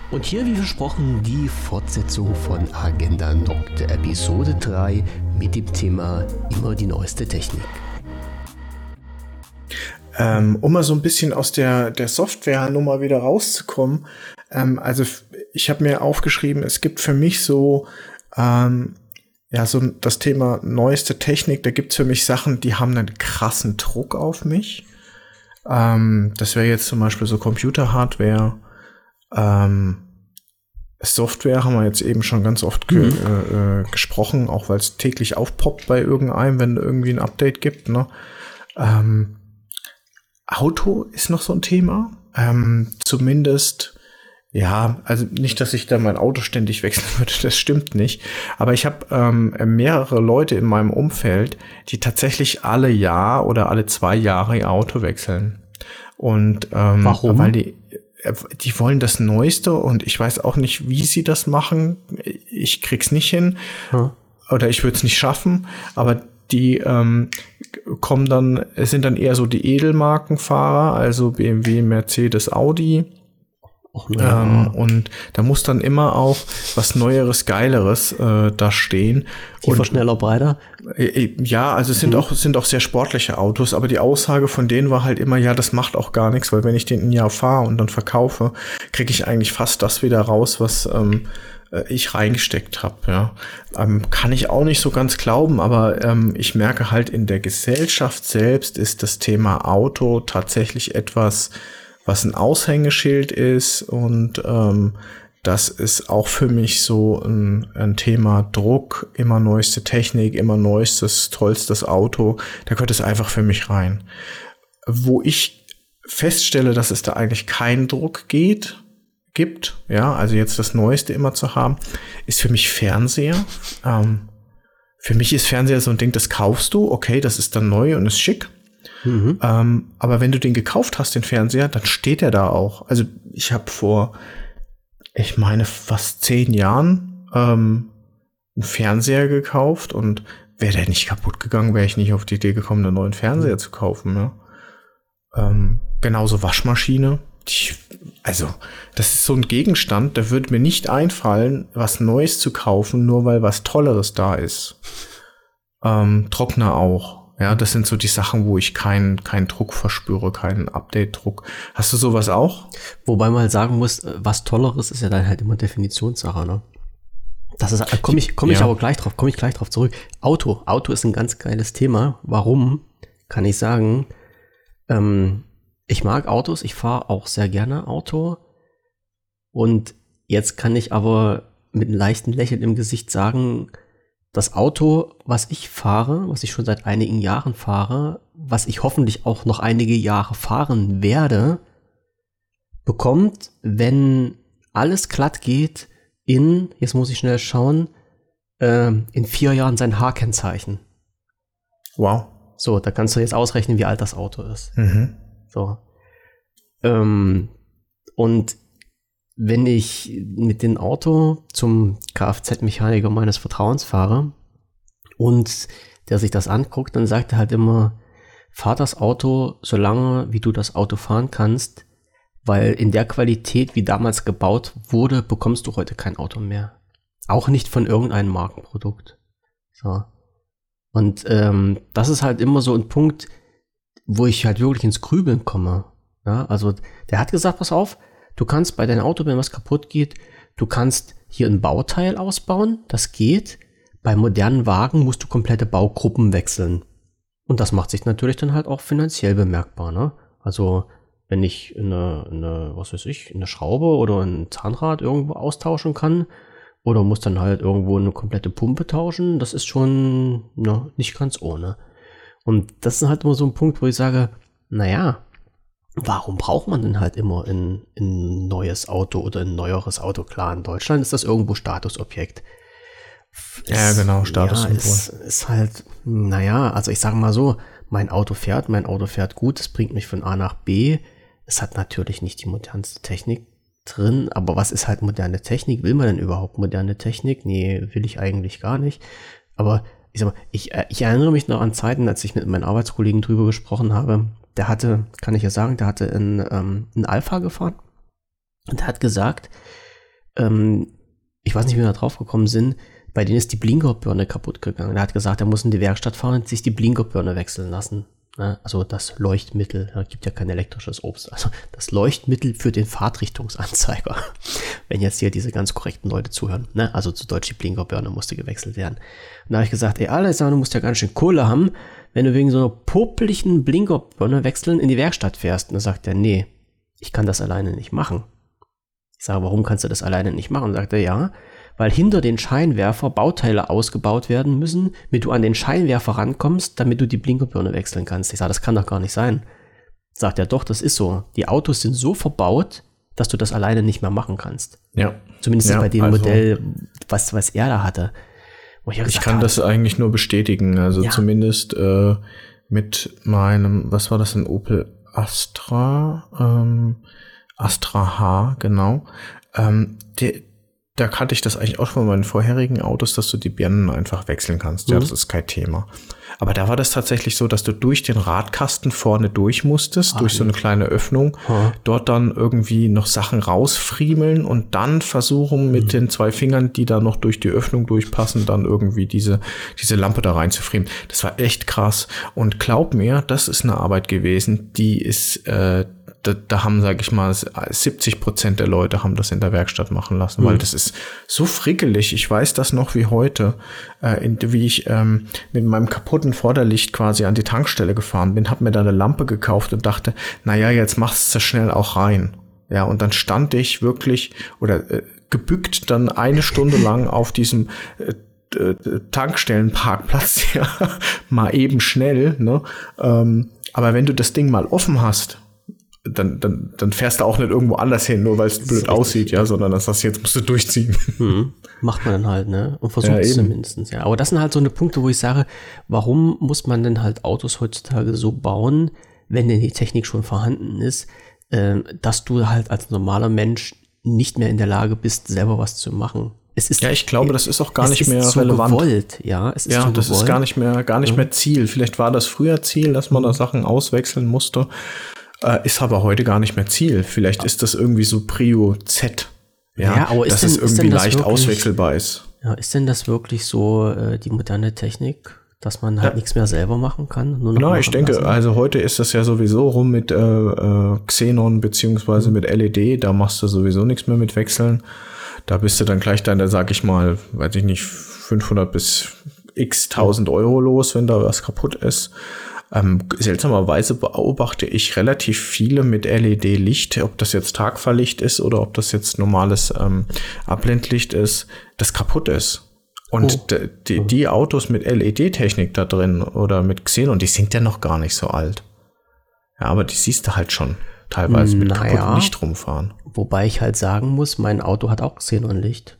Und hier, wie versprochen, die Fortsetzung von Agenda Noct, Episode 3 mit dem Thema immer die neueste Technik. Um mal so ein bisschen aus der Software-Nummer wieder rauszukommen, also ich habe mir aufgeschrieben, es gibt für mich so das Thema neueste Technik, da gibt's für mich Sachen, die haben einen krassen Druck auf mich. Das wäre jetzt zum Beispiel so Computer-Hardware, Software haben wir jetzt eben schon ganz oft gesprochen, auch weil es täglich aufpoppt bei irgendeinem, wenn irgendwie ein Update gibt, ne? Auto ist noch so ein Thema. Zumindest, ja, also nicht, dass ich da mein Auto ständig wechseln würde, das stimmt nicht. Aber ich habe mehrere Leute in meinem Umfeld, die tatsächlich alle Jahr oder alle 2 Jahre ihr Auto wechseln. Und warum? Weil die wollen das Neueste und ich weiß auch nicht, wie sie das machen. Ich krieg's nicht hin oder ich würde es nicht schaffen, aber die sind dann eher so die Edelmarkenfahrer, also BMW, Mercedes, Audi. Und da muss dann immer auch was Neueres, Geileres da stehen. Tiefer, schneller, breiter? Ja, also es sind auch sehr sportliche Autos, aber die Aussage von denen war halt immer, ja, das macht auch gar nichts, weil wenn ich den ein Jahr fahre und dann verkaufe, kriege ich eigentlich fast das wieder raus, was ich reingesteckt habe. Ja. Kann ich auch nicht so ganz glauben, aber ich merke halt, in der Gesellschaft selbst ist das Thema Auto tatsächlich etwas, was ein Aushängeschild ist, und das ist auch für mich so ein Thema Druck, immer neueste Technik, immer neuestes, tollstes Auto, da gehört es einfach für mich rein. Wo ich feststelle, dass es da eigentlich keinen Druck gibt, ja, also jetzt das Neueste immer zu haben, ist für mich Fernseher. Für mich ist Fernseher so ein Ding, das kaufst du, okay, das ist dann neu und ist schick. Aber wenn du den gekauft hast, den Fernseher, dann steht er da auch. Also ich habe vor, ich meine, fast 10 Jahren einen Fernseher gekauft, und wäre der nicht kaputt gegangen, wäre ich nicht auf die Idee gekommen, einen neuen Fernseher zu kaufen. Ja. Genauso Waschmaschine. Also das ist so ein Gegenstand, da würde mir nicht einfallen, was Neues zu kaufen, nur weil was Tolleres da ist. Trockner auch. Ja, das sind so die Sachen, wo ich keinen Druck verspüre, keinen Update-Druck. Hast du sowas auch? Wobei man halt sagen muss, was Tolleres ist ja dann halt immer Definitionssache, ne? Das ist, komme ich gleich drauf zurück. Auto ist ein ganz geiles Thema. Warum? Kann ich sagen, ich mag Autos, ich fahre auch sehr gerne Auto, und jetzt kann ich aber mit einem leichten Lächeln im Gesicht sagen, das Auto, was ich fahre, was ich schon seit einigen Jahren fahre, was ich hoffentlich auch noch einige Jahre fahren werde, bekommt, wenn alles glatt geht, jetzt muss ich schnell schauen, in 4 Jahren sein H-Kennzeichen. Wow. So, da kannst du jetzt ausrechnen, wie alt das Auto ist. So. Und wenn ich mit dem Auto zum Kfz-Mechaniker meines Vertrauens fahre und der sich das anguckt, dann sagt er halt immer, fahr das Auto so lange, wie du das Auto fahren kannst, weil in der Qualität, wie damals gebaut wurde, bekommst du heute kein Auto mehr. Auch nicht von irgendeinem Markenprodukt. So. Und das ist halt immer so ein Punkt, wo ich halt wirklich ins Grübeln komme. Ja, also der hat gesagt, pass auf, du kannst bei deinem Auto, wenn was kaputt geht, du kannst hier ein Bauteil ausbauen, das geht. Bei modernen Wagen musst du komplette Baugruppen wechseln. Und das macht sich natürlich dann halt auch finanziell bemerkbar, ne? Also wenn ich eine Schraube oder ein Zahnrad irgendwo austauschen kann oder muss dann halt irgendwo eine komplette Pumpe tauschen, das ist schon nicht ganz ohne. Und das ist halt immer so ein Punkt, wo ich sage, naja, warum braucht man denn halt immer ein neues Auto oder ein neueres Auto? Klar, in Deutschland ist das irgendwo Statusobjekt. Ja, genau, Statussymbol. Ist halt, also ich sage mal so, mein Auto fährt gut, es bringt mich von A nach B. Es hat natürlich nicht die modernste Technik drin, aber was ist halt moderne Technik? Will man denn überhaupt moderne Technik? Nee, will ich eigentlich gar nicht. Aber ich sag mal, ich erinnere mich noch an Zeiten, als ich mit meinen Arbeitskollegen drüber gesprochen habe. Der hatte einen Alpha gefahren und der hat gesagt, ich weiß nicht, wie wir da drauf gekommen sind, bei denen ist die Blinkerbirne kaputt gegangen. Er hat gesagt, er muss in die Werkstatt fahren und sich die Blinkerbirne wechseln lassen. Also das Leuchtmittel, da gibt ja kein elektrisches Obst, also das Leuchtmittel für den Fahrtrichtungsanzeiger, wenn jetzt hier diese ganz korrekten Leute zuhören, ne? Also zu Deutsch die Blinkerbirne musste gewechselt werden. Und da habe ich gesagt, ey Alter, du musst ja ganz schön Kohle haben, wenn du wegen so einer popeligen Blinkerbirne wechseln in die Werkstatt fährst. Und dann sagt er, nee, ich kann das alleine nicht machen. Ich sage, warum kannst du das alleine nicht machen? Und sagt er, ja, weil hinter den Scheinwerfer Bauteile ausgebaut werden müssen, damit du an den Scheinwerfer rankommst, damit du die Blinkerbirne wechseln kannst. Ich sage, das kann doch gar nicht sein. Sagt er, doch, das ist so. Die Autos sind so verbaut, dass du das alleine nicht mehr machen kannst. Ja. Zumindest bei dem Modell, was er da hatte. Ich kann das eigentlich nur bestätigen. Also zumindest mit meinem, was war das, ein Opel Astra? Astra H, genau. Da kannte ich das eigentlich auch von meinen vorherigen Autos, dass du die Birnen einfach wechseln kannst. Ja, das ist kein Thema. Aber da war das tatsächlich so, dass du durch den Radkasten vorne durch musstest, durch so eine kleine Öffnung, dort dann irgendwie noch Sachen rausfriemeln und dann versuchen mit den 2 Fingern, die da noch durch die Öffnung durchpassen, dann irgendwie diese Lampe da reinzufriemeln. Das war echt krass. Und glaub mir, das ist eine Arbeit gewesen, die ist, da haben, sag ich mal, 70% der Leute haben das in der Werkstatt machen lassen, weil das ist so frickelig. Ich weiß das noch wie heute, wie ich mit meinem kaputten Vorderlicht quasi an die Tankstelle gefahren bin, habe mir da eine Lampe gekauft und dachte, naja, jetzt machst du schnell auch rein. Ja, und dann stand ich wirklich gebückt dann 1 Stunde lang auf diesem Tankstellenparkplatz, ja, mal eben schnell, ne? Aber wenn du das Ding mal offen hast, dann fährst du auch nicht irgendwo anders hin, nur weil es blöd aussieht, ja, sondern das sagst, jetzt musst du durchziehen. Macht man dann halt, ne? Und versucht es zumindest, ja. Aber das sind halt so eine Punkte, wo ich sage, warum muss man denn halt Autos heutzutage so bauen, wenn denn die Technik schon vorhanden ist, dass du halt als normaler Mensch nicht mehr in der Lage bist, selber was zu machen. Ich glaube, das ist auch gar nicht mehr relevant. Gewollt, ja, es ist ja, das gewollt. Ist gar nicht mehr Ziel. Vielleicht war das früher Ziel, dass man da Sachen auswechseln musste. Ist aber heute gar nicht mehr Ziel. Vielleicht ist das irgendwie so Prio Z. Ja, aber dass es irgendwie leicht wirklich auswechselbar ist. Ja, ist denn das wirklich so die moderne Technik, dass man halt nichts mehr selber machen kann? Nur noch ich denke, also heute ist das ja sowieso rum mit Xenon beziehungsweise mit LED. Da machst du sowieso nichts mehr mit Wechseln. Da bist du dann gleich deine, sag ich mal, weiß ich nicht, 500 bis x 1000 Euro los, wenn da was kaputt ist. Seltsamerweise beobachte ich relativ viele mit LED-Licht, ob das jetzt Tagfahrlicht ist oder ob das jetzt normales Abblendlicht ist, das kaputt ist. Und die Autos mit LED-Technik da drin oder mit Xenon, die sind ja noch gar nicht so alt. Ja, aber die siehst du halt schon teilweise mit kaputtem Licht rumfahren. Wobei ich halt sagen muss, mein Auto hat auch Xenonlicht.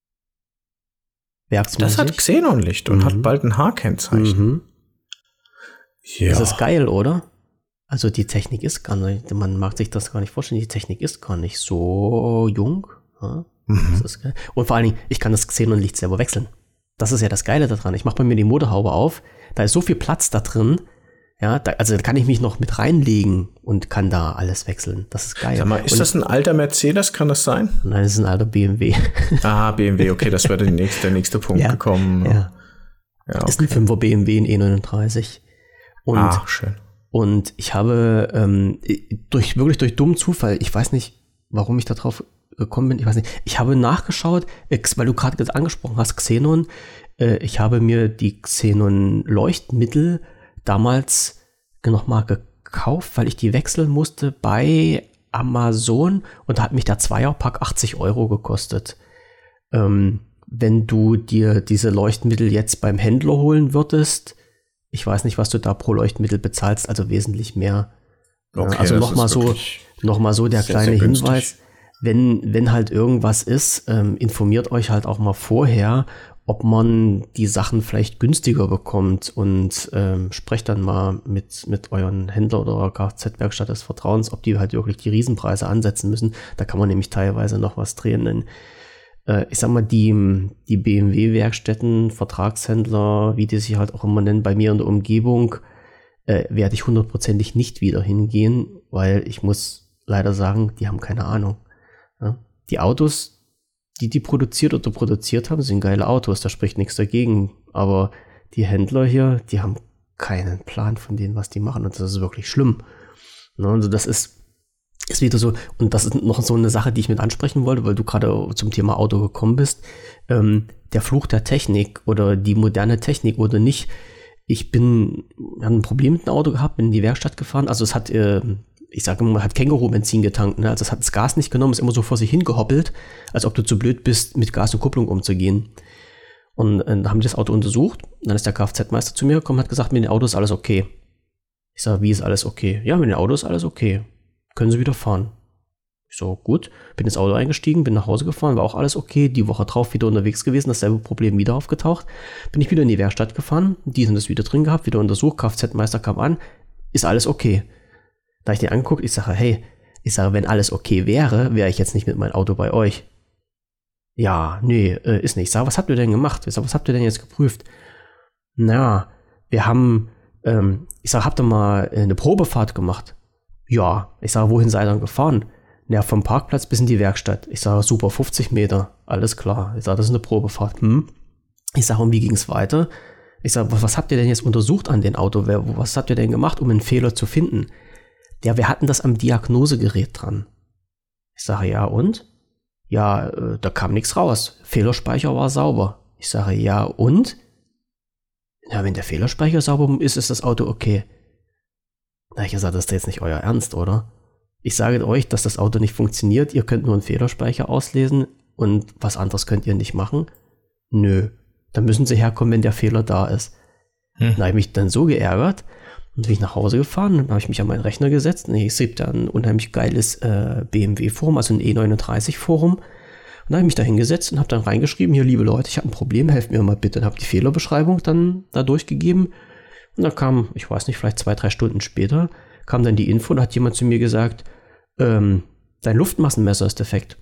Das hat Xenonlicht und hat bald ein H-Kennzeichen. Ja. Das ist geil, oder? Also die Technik ist gar nicht, man mag sich das gar nicht vorstellen, die Technik ist gar nicht so jung. Ja? Das ist geil. Und vor allen Dingen, ich kann das Xenonlicht selber wechseln. Das ist ja das Geile daran. Ich mache bei mir die Motorhaube auf, da ist so viel Platz da drin, ja, da kann ich mich noch mit reinlegen und kann da alles wechseln. Das ist geil. Sag mal, ist das ein alter Mercedes, kann das sein? Nein, das ist ein alter BMW. BMW, okay, das wäre der nächste Punkt gekommen. Ja. Okay. Ist ein 5er BMW in E39. Schön. Und ich habe durch dummen Zufall, ich weiß nicht, warum ich da drauf gekommen bin, ich habe nachgeschaut, weil du gerade angesprochen hast, Xenon, ich habe mir die Xenon-Leuchtmittel damals nochmal gekauft, weil ich die wechseln musste bei Amazon und da hat mich der Zweierpack 80 Euro gekostet. Wenn du dir diese Leuchtmittel jetzt beim Händler holen würdest, ich weiß nicht, was du da pro Leuchtmittel bezahlst, also wesentlich mehr. Okay, also nochmal so der kleine Hinweis, wenn halt irgendwas ist, informiert euch halt auch mal vorher, ob man die Sachen vielleicht günstiger bekommt und sprecht dann mal mit euren Händler oder eurer Kfz-Werkstatt des Vertrauens, ob die halt wirklich die Riesenpreise ansetzen müssen. Da kann man nämlich teilweise noch was drehen, denn ich sag mal, die BMW-Werkstätten, Vertragshändler, wie die sich halt auch immer nennen, bei mir in der Umgebung, werde ich 100%ig nicht wieder hingehen, weil ich muss leider sagen, die haben keine Ahnung. Ja? Die Autos, die produziert oder produziert haben, sind geile Autos, da spricht nichts dagegen. Aber die Händler hier, die haben keinen Plan von denen, was die machen. Und das ist wirklich schlimm. Ne? Also das ist wieder so, und das ist noch so eine Sache, die ich mit ansprechen wollte, weil du gerade zum Thema Auto gekommen bist. Der Fluch der Technik oder die moderne Technik oder nicht. Ich habe ein Problem mit dem Auto gehabt, bin in die Werkstatt gefahren. Also es hat, ich sage immer, hat Känguru-Benzin getankt. Ne? Also es hat das Gas nicht genommen, ist immer so vor sich hingehoppelt, als ob du zu blöd bist, mit Gas und Kupplung umzugehen. Und dann haben die das Auto untersucht. Dann ist der Kfz-Meister zu mir gekommen und hat gesagt, mit dem Auto ist alles okay. Ich sage, wie ist alles okay? Ja, mit dem Auto ist alles okay. Können Sie wieder fahren? Ich so, gut. Bin ins Auto eingestiegen, bin nach Hause gefahren, war auch alles okay. Die Woche drauf wieder unterwegs gewesen, dasselbe Problem wieder aufgetaucht. Bin ich wieder in die Werkstatt gefahren, die sind das wieder drin gehabt, wieder untersucht, Kfz-Meister kam an, ist alles okay. Da habe ich den angeguckt, ich sage, hey, wenn alles okay wäre, wäre ich jetzt nicht mit meinem Auto bei euch. Ja, nee, ist nicht. Ich sage, was habt ihr denn gemacht? Ich sage, was habt ihr denn jetzt geprüft? Na, wir haben, ich sage, habt ihr mal eine Probefahrt gemacht? Ja. Ich sage, wohin seid ihr dann gefahren? Ja, vom Parkplatz bis in die Werkstatt. Ich sage, super, 50 Meter, alles klar. Ich sage, das ist eine Probefahrt. Ich sage, und wie ging es weiter? Ich sage, was habt ihr denn jetzt untersucht an dem Auto? Was habt ihr denn gemacht, um einen Fehler zu finden? Ja, wir hatten das am Diagnosegerät dran. Ich sage, ja und? Ja, da kam nichts raus. Fehlerspeicher war sauber. Ich sage, ja und? Ja, wenn der Fehlerspeicher sauber ist, ist das Auto okay. Na, ich sage, das ist jetzt nicht euer Ernst, oder? Ich sage euch, dass das Auto nicht funktioniert. Ihr könnt nur einen Fehlerspeicher auslesen und was anderes könnt ihr nicht machen. Nö, dann müssen sie herkommen, wenn der Fehler da ist. Da habe ich mich dann so geärgert und bin ich nach Hause gefahren und habe ich mich an meinen Rechner gesetzt. Und es gibt da ein unheimlich geiles BMW-Forum, also ein E39-Forum. Und da habe ich mich da hingesetzt und habe dann reingeschrieben, hier, liebe Leute, ich habe ein Problem, helft mir mal bitte. Und habe die Fehlerbeschreibung dann da durchgegeben. Und dann kam, ich weiß nicht, vielleicht 2-3 Stunden später, kam dann die Info, da hat jemand zu mir gesagt, dein Luftmassenmesser ist defekt.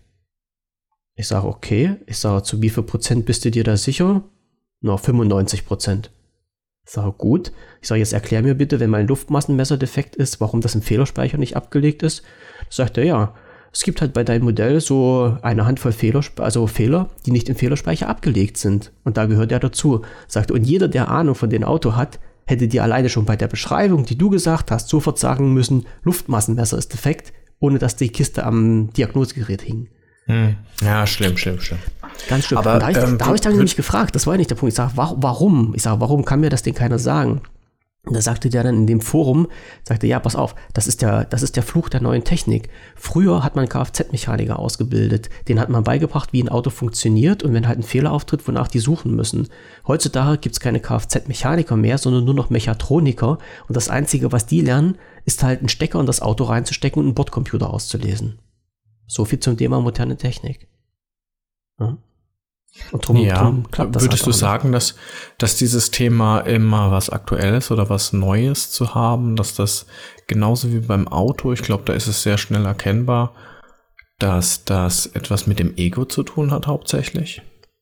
Ich sage, okay. Ich sage, zu wie viel Prozent bist du dir da sicher? Na, 95%. Ich sage, gut. Ich sage, jetzt erklär mir bitte, wenn mein Luftmassenmesser defekt ist, warum das im Fehlerspeicher nicht abgelegt ist. Sagt er, ja, es gibt halt bei deinem Modell so eine Handvoll Fehler, die nicht im Fehlerspeicher abgelegt sind. Und da gehört er dazu. Sagt, und jeder, der Ahnung von dem Auto hat, hätte dir alleine schon bei der Beschreibung, die du gesagt hast, sofort sagen müssen, Luftmassenmesser ist defekt, ohne dass die Kiste am Diagnosegerät hing. Ja, schlimm. Ganz schlimm. Aber da habe ich dann nämlich gefragt, das war ja nicht der Punkt. Ich sage, warum? Ich sage, warum kann mir das denn keiner sagen? Und da sagte der dann in dem Forum, ja, pass auf, das ist der Fluch der neuen Technik. Früher hat man Kfz-Mechaniker ausgebildet. Den hat man beigebracht, wie ein Auto funktioniert und wenn halt ein Fehler auftritt, wonach die suchen müssen. Heutzutage gibt es keine Kfz-Mechaniker mehr, sondern nur noch Mechatroniker. Und das Einzige, was die lernen, ist halt einen Stecker in das Auto reinzustecken und einen Bordcomputer auszulesen. So viel zum Thema moderne Technik. Ja. Und drum klappt das. Würdest du sagen, dass dieses Thema immer was Aktuelles oder was Neues zu haben, dass das genauso wie beim Auto, ich glaube, da ist es sehr schnell erkennbar, dass das etwas mit dem Ego zu tun hat hauptsächlich?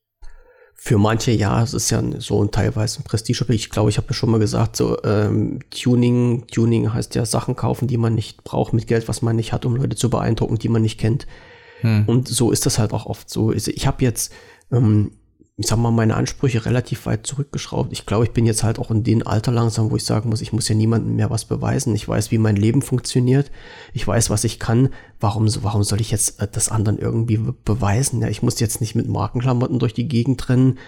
Für manche, ja, es ist ja so teilweise ein Prestige. Ich glaube, ich habe ja schon mal gesagt, so Tuning heißt ja Sachen kaufen, die man nicht braucht, mit Geld, was man nicht hat, um Leute zu beeindrucken, die man nicht kennt. Und so ist das halt auch oft so. Ich habe jetzt, ich sag mal, meine Ansprüche relativ weit zurückgeschraubt. Ich glaube, ich bin jetzt halt auch in dem Alter langsam, wo ich sagen muss, ich muss ja niemandem mehr was beweisen. Ich weiß, wie mein Leben funktioniert. Ich weiß, was ich kann. Warum soll ich jetzt das anderen irgendwie beweisen? Ja, ich muss jetzt nicht mit Markenklamotten durch die Gegend rennen.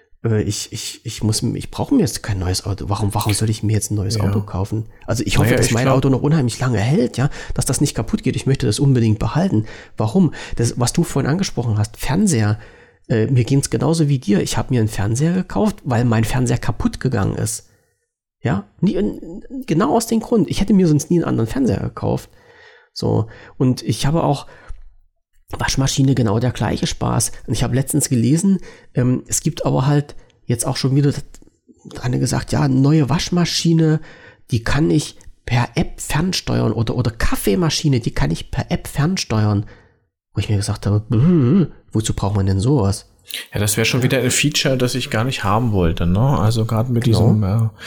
Ich brauche mir jetzt kein neues Auto. Warum soll ich mir jetzt ein neues Auto kaufen? Also ich hoffe, dass mein Auto noch unheimlich lange hält, ja, dass das nicht kaputt geht. Ich möchte das unbedingt behalten. Warum? Das, was du vorhin angesprochen hast, Fernseher. Mir ging es genauso wie dir. Ich habe mir einen Fernseher gekauft, weil mein Fernseher kaputt gegangen ist. Ja, genau aus dem Grund. Ich hätte mir sonst nie einen anderen Fernseher gekauft. So, und ich habe auch Waschmaschine, genau der gleiche Spaß. Und ich habe letztens gelesen, es gibt aber halt jetzt auch schon wieder dran gesagt, ja, eine neue Waschmaschine, die kann ich per App fernsteuern oder Kaffeemaschine, die kann ich per App fernsteuern. Wo ich mir gesagt habe, wozu braucht man denn sowas? Ja, das wäre schon wieder ein Feature, das ich gar nicht haben wollte, ne? Also gerade mit diesem,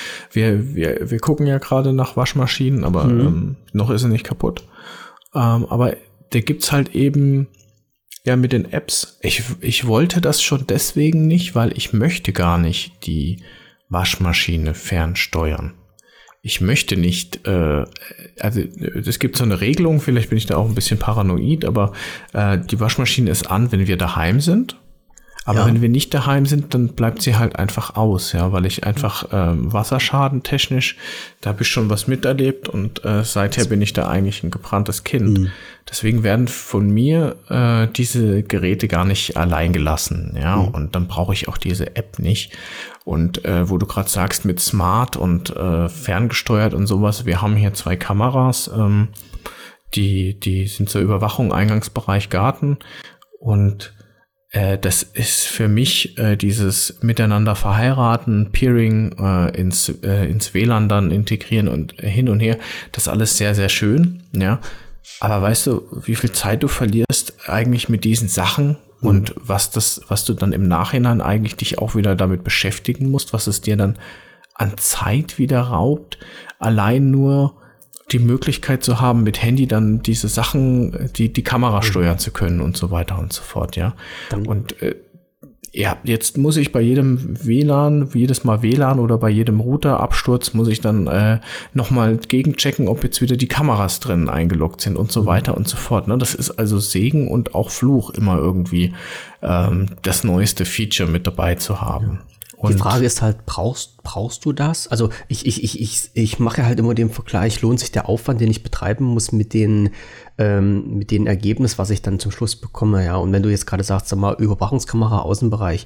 wir gucken ja gerade nach Waschmaschinen, aber noch ist sie nicht kaputt. Aber da gibt's halt eben Ja, mit den Apps. Ich wollte das schon deswegen nicht, weil ich möchte gar nicht die Waschmaschine fernsteuern. Ich möchte nicht, also es gibt so eine Regelung, vielleicht bin ich da auch ein bisschen paranoid, aber die Waschmaschine ist an, wenn wir daheim sind. Aber wenn wir nicht daheim sind, dann bleibt sie halt einfach aus, ja, weil ich einfach Wasserschaden technisch, da habe ich schon was miterlebt und seither bin ich da eigentlich ein gebranntes Kind. Deswegen werden von mir diese Geräte gar nicht allein gelassen, ja, und dann brauche ich auch diese App nicht. Und wo du gerade sagst, mit Smart und ferngesteuert und sowas, wir haben hier 2 Kameras, die sind zur Überwachung, Eingangsbereich, Garten, und das ist für mich dieses Miteinander verheiraten, Peering, ins WLAN dann integrieren und hin und her, das ist alles sehr, sehr schön, ja. Aber weißt du, wie viel Zeit du verlierst eigentlich mit diesen Sachen und was du dann im Nachhinein eigentlich dich auch wieder damit beschäftigen musst, was es dir dann an Zeit wieder raubt, allein nur die Möglichkeit zu haben, mit Handy dann diese Sachen, die Kamera steuern zu können und so weiter und so fort, ja. Und jetzt muss ich bei jedem WLAN, jedes Mal WLAN oder bei jedem Routerabsturz muss ich dann nochmal gegenchecken, ob jetzt wieder die Kameras drin eingeloggt sind und so weiter und so fort, ne. Das ist also Segen und auch Fluch, immer irgendwie das neueste Feature mit dabei zu haben. Die Frage ist halt, brauchst du das? Also ich mache halt immer den Vergleich, lohnt sich der Aufwand, den ich betreiben muss mit den Ergebnissen, was ich dann zum Schluss bekomme, ja. Und wenn du jetzt gerade sagst, sag mal, Überwachungskamera, Außenbereich,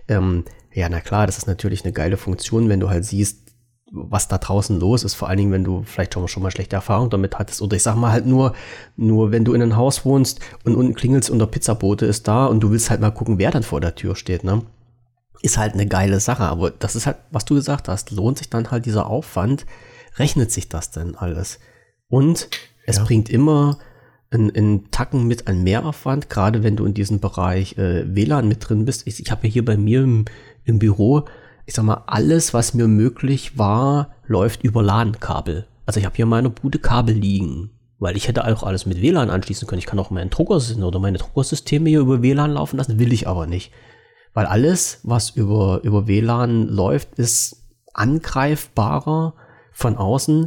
ja, na klar, das ist natürlich eine geile Funktion, wenn du halt siehst, was da draußen los ist, vor allen Dingen, wenn du vielleicht schon mal schlechte Erfahrungen damit hattest, oder ich sag mal halt nur wenn du in einem Haus wohnst und unten klingelst und der Pizzabote ist da und du willst halt mal gucken, wer dann vor der Tür steht, ne? Ist halt eine geile Sache, aber das ist halt, was du gesagt hast, lohnt sich dann halt dieser Aufwand, rechnet sich das denn alles? Und es bringt immer einen Tacken mit an Mehraufwand, gerade wenn du in diesem Bereich WLAN mit drin bist. Ich habe ja hier bei mir im Büro, ich sag mal, alles, was mir möglich war, läuft über LAN-Kabel. Also ich habe hier meine Bude Kabel liegen, weil ich hätte auch alles mit WLAN anschließen können. Ich kann auch meinen Druckersystem oder meine Druckersysteme hier über WLAN laufen lassen, will ich aber nicht. Weil alles, was über WLAN läuft, ist angreifbarer von außen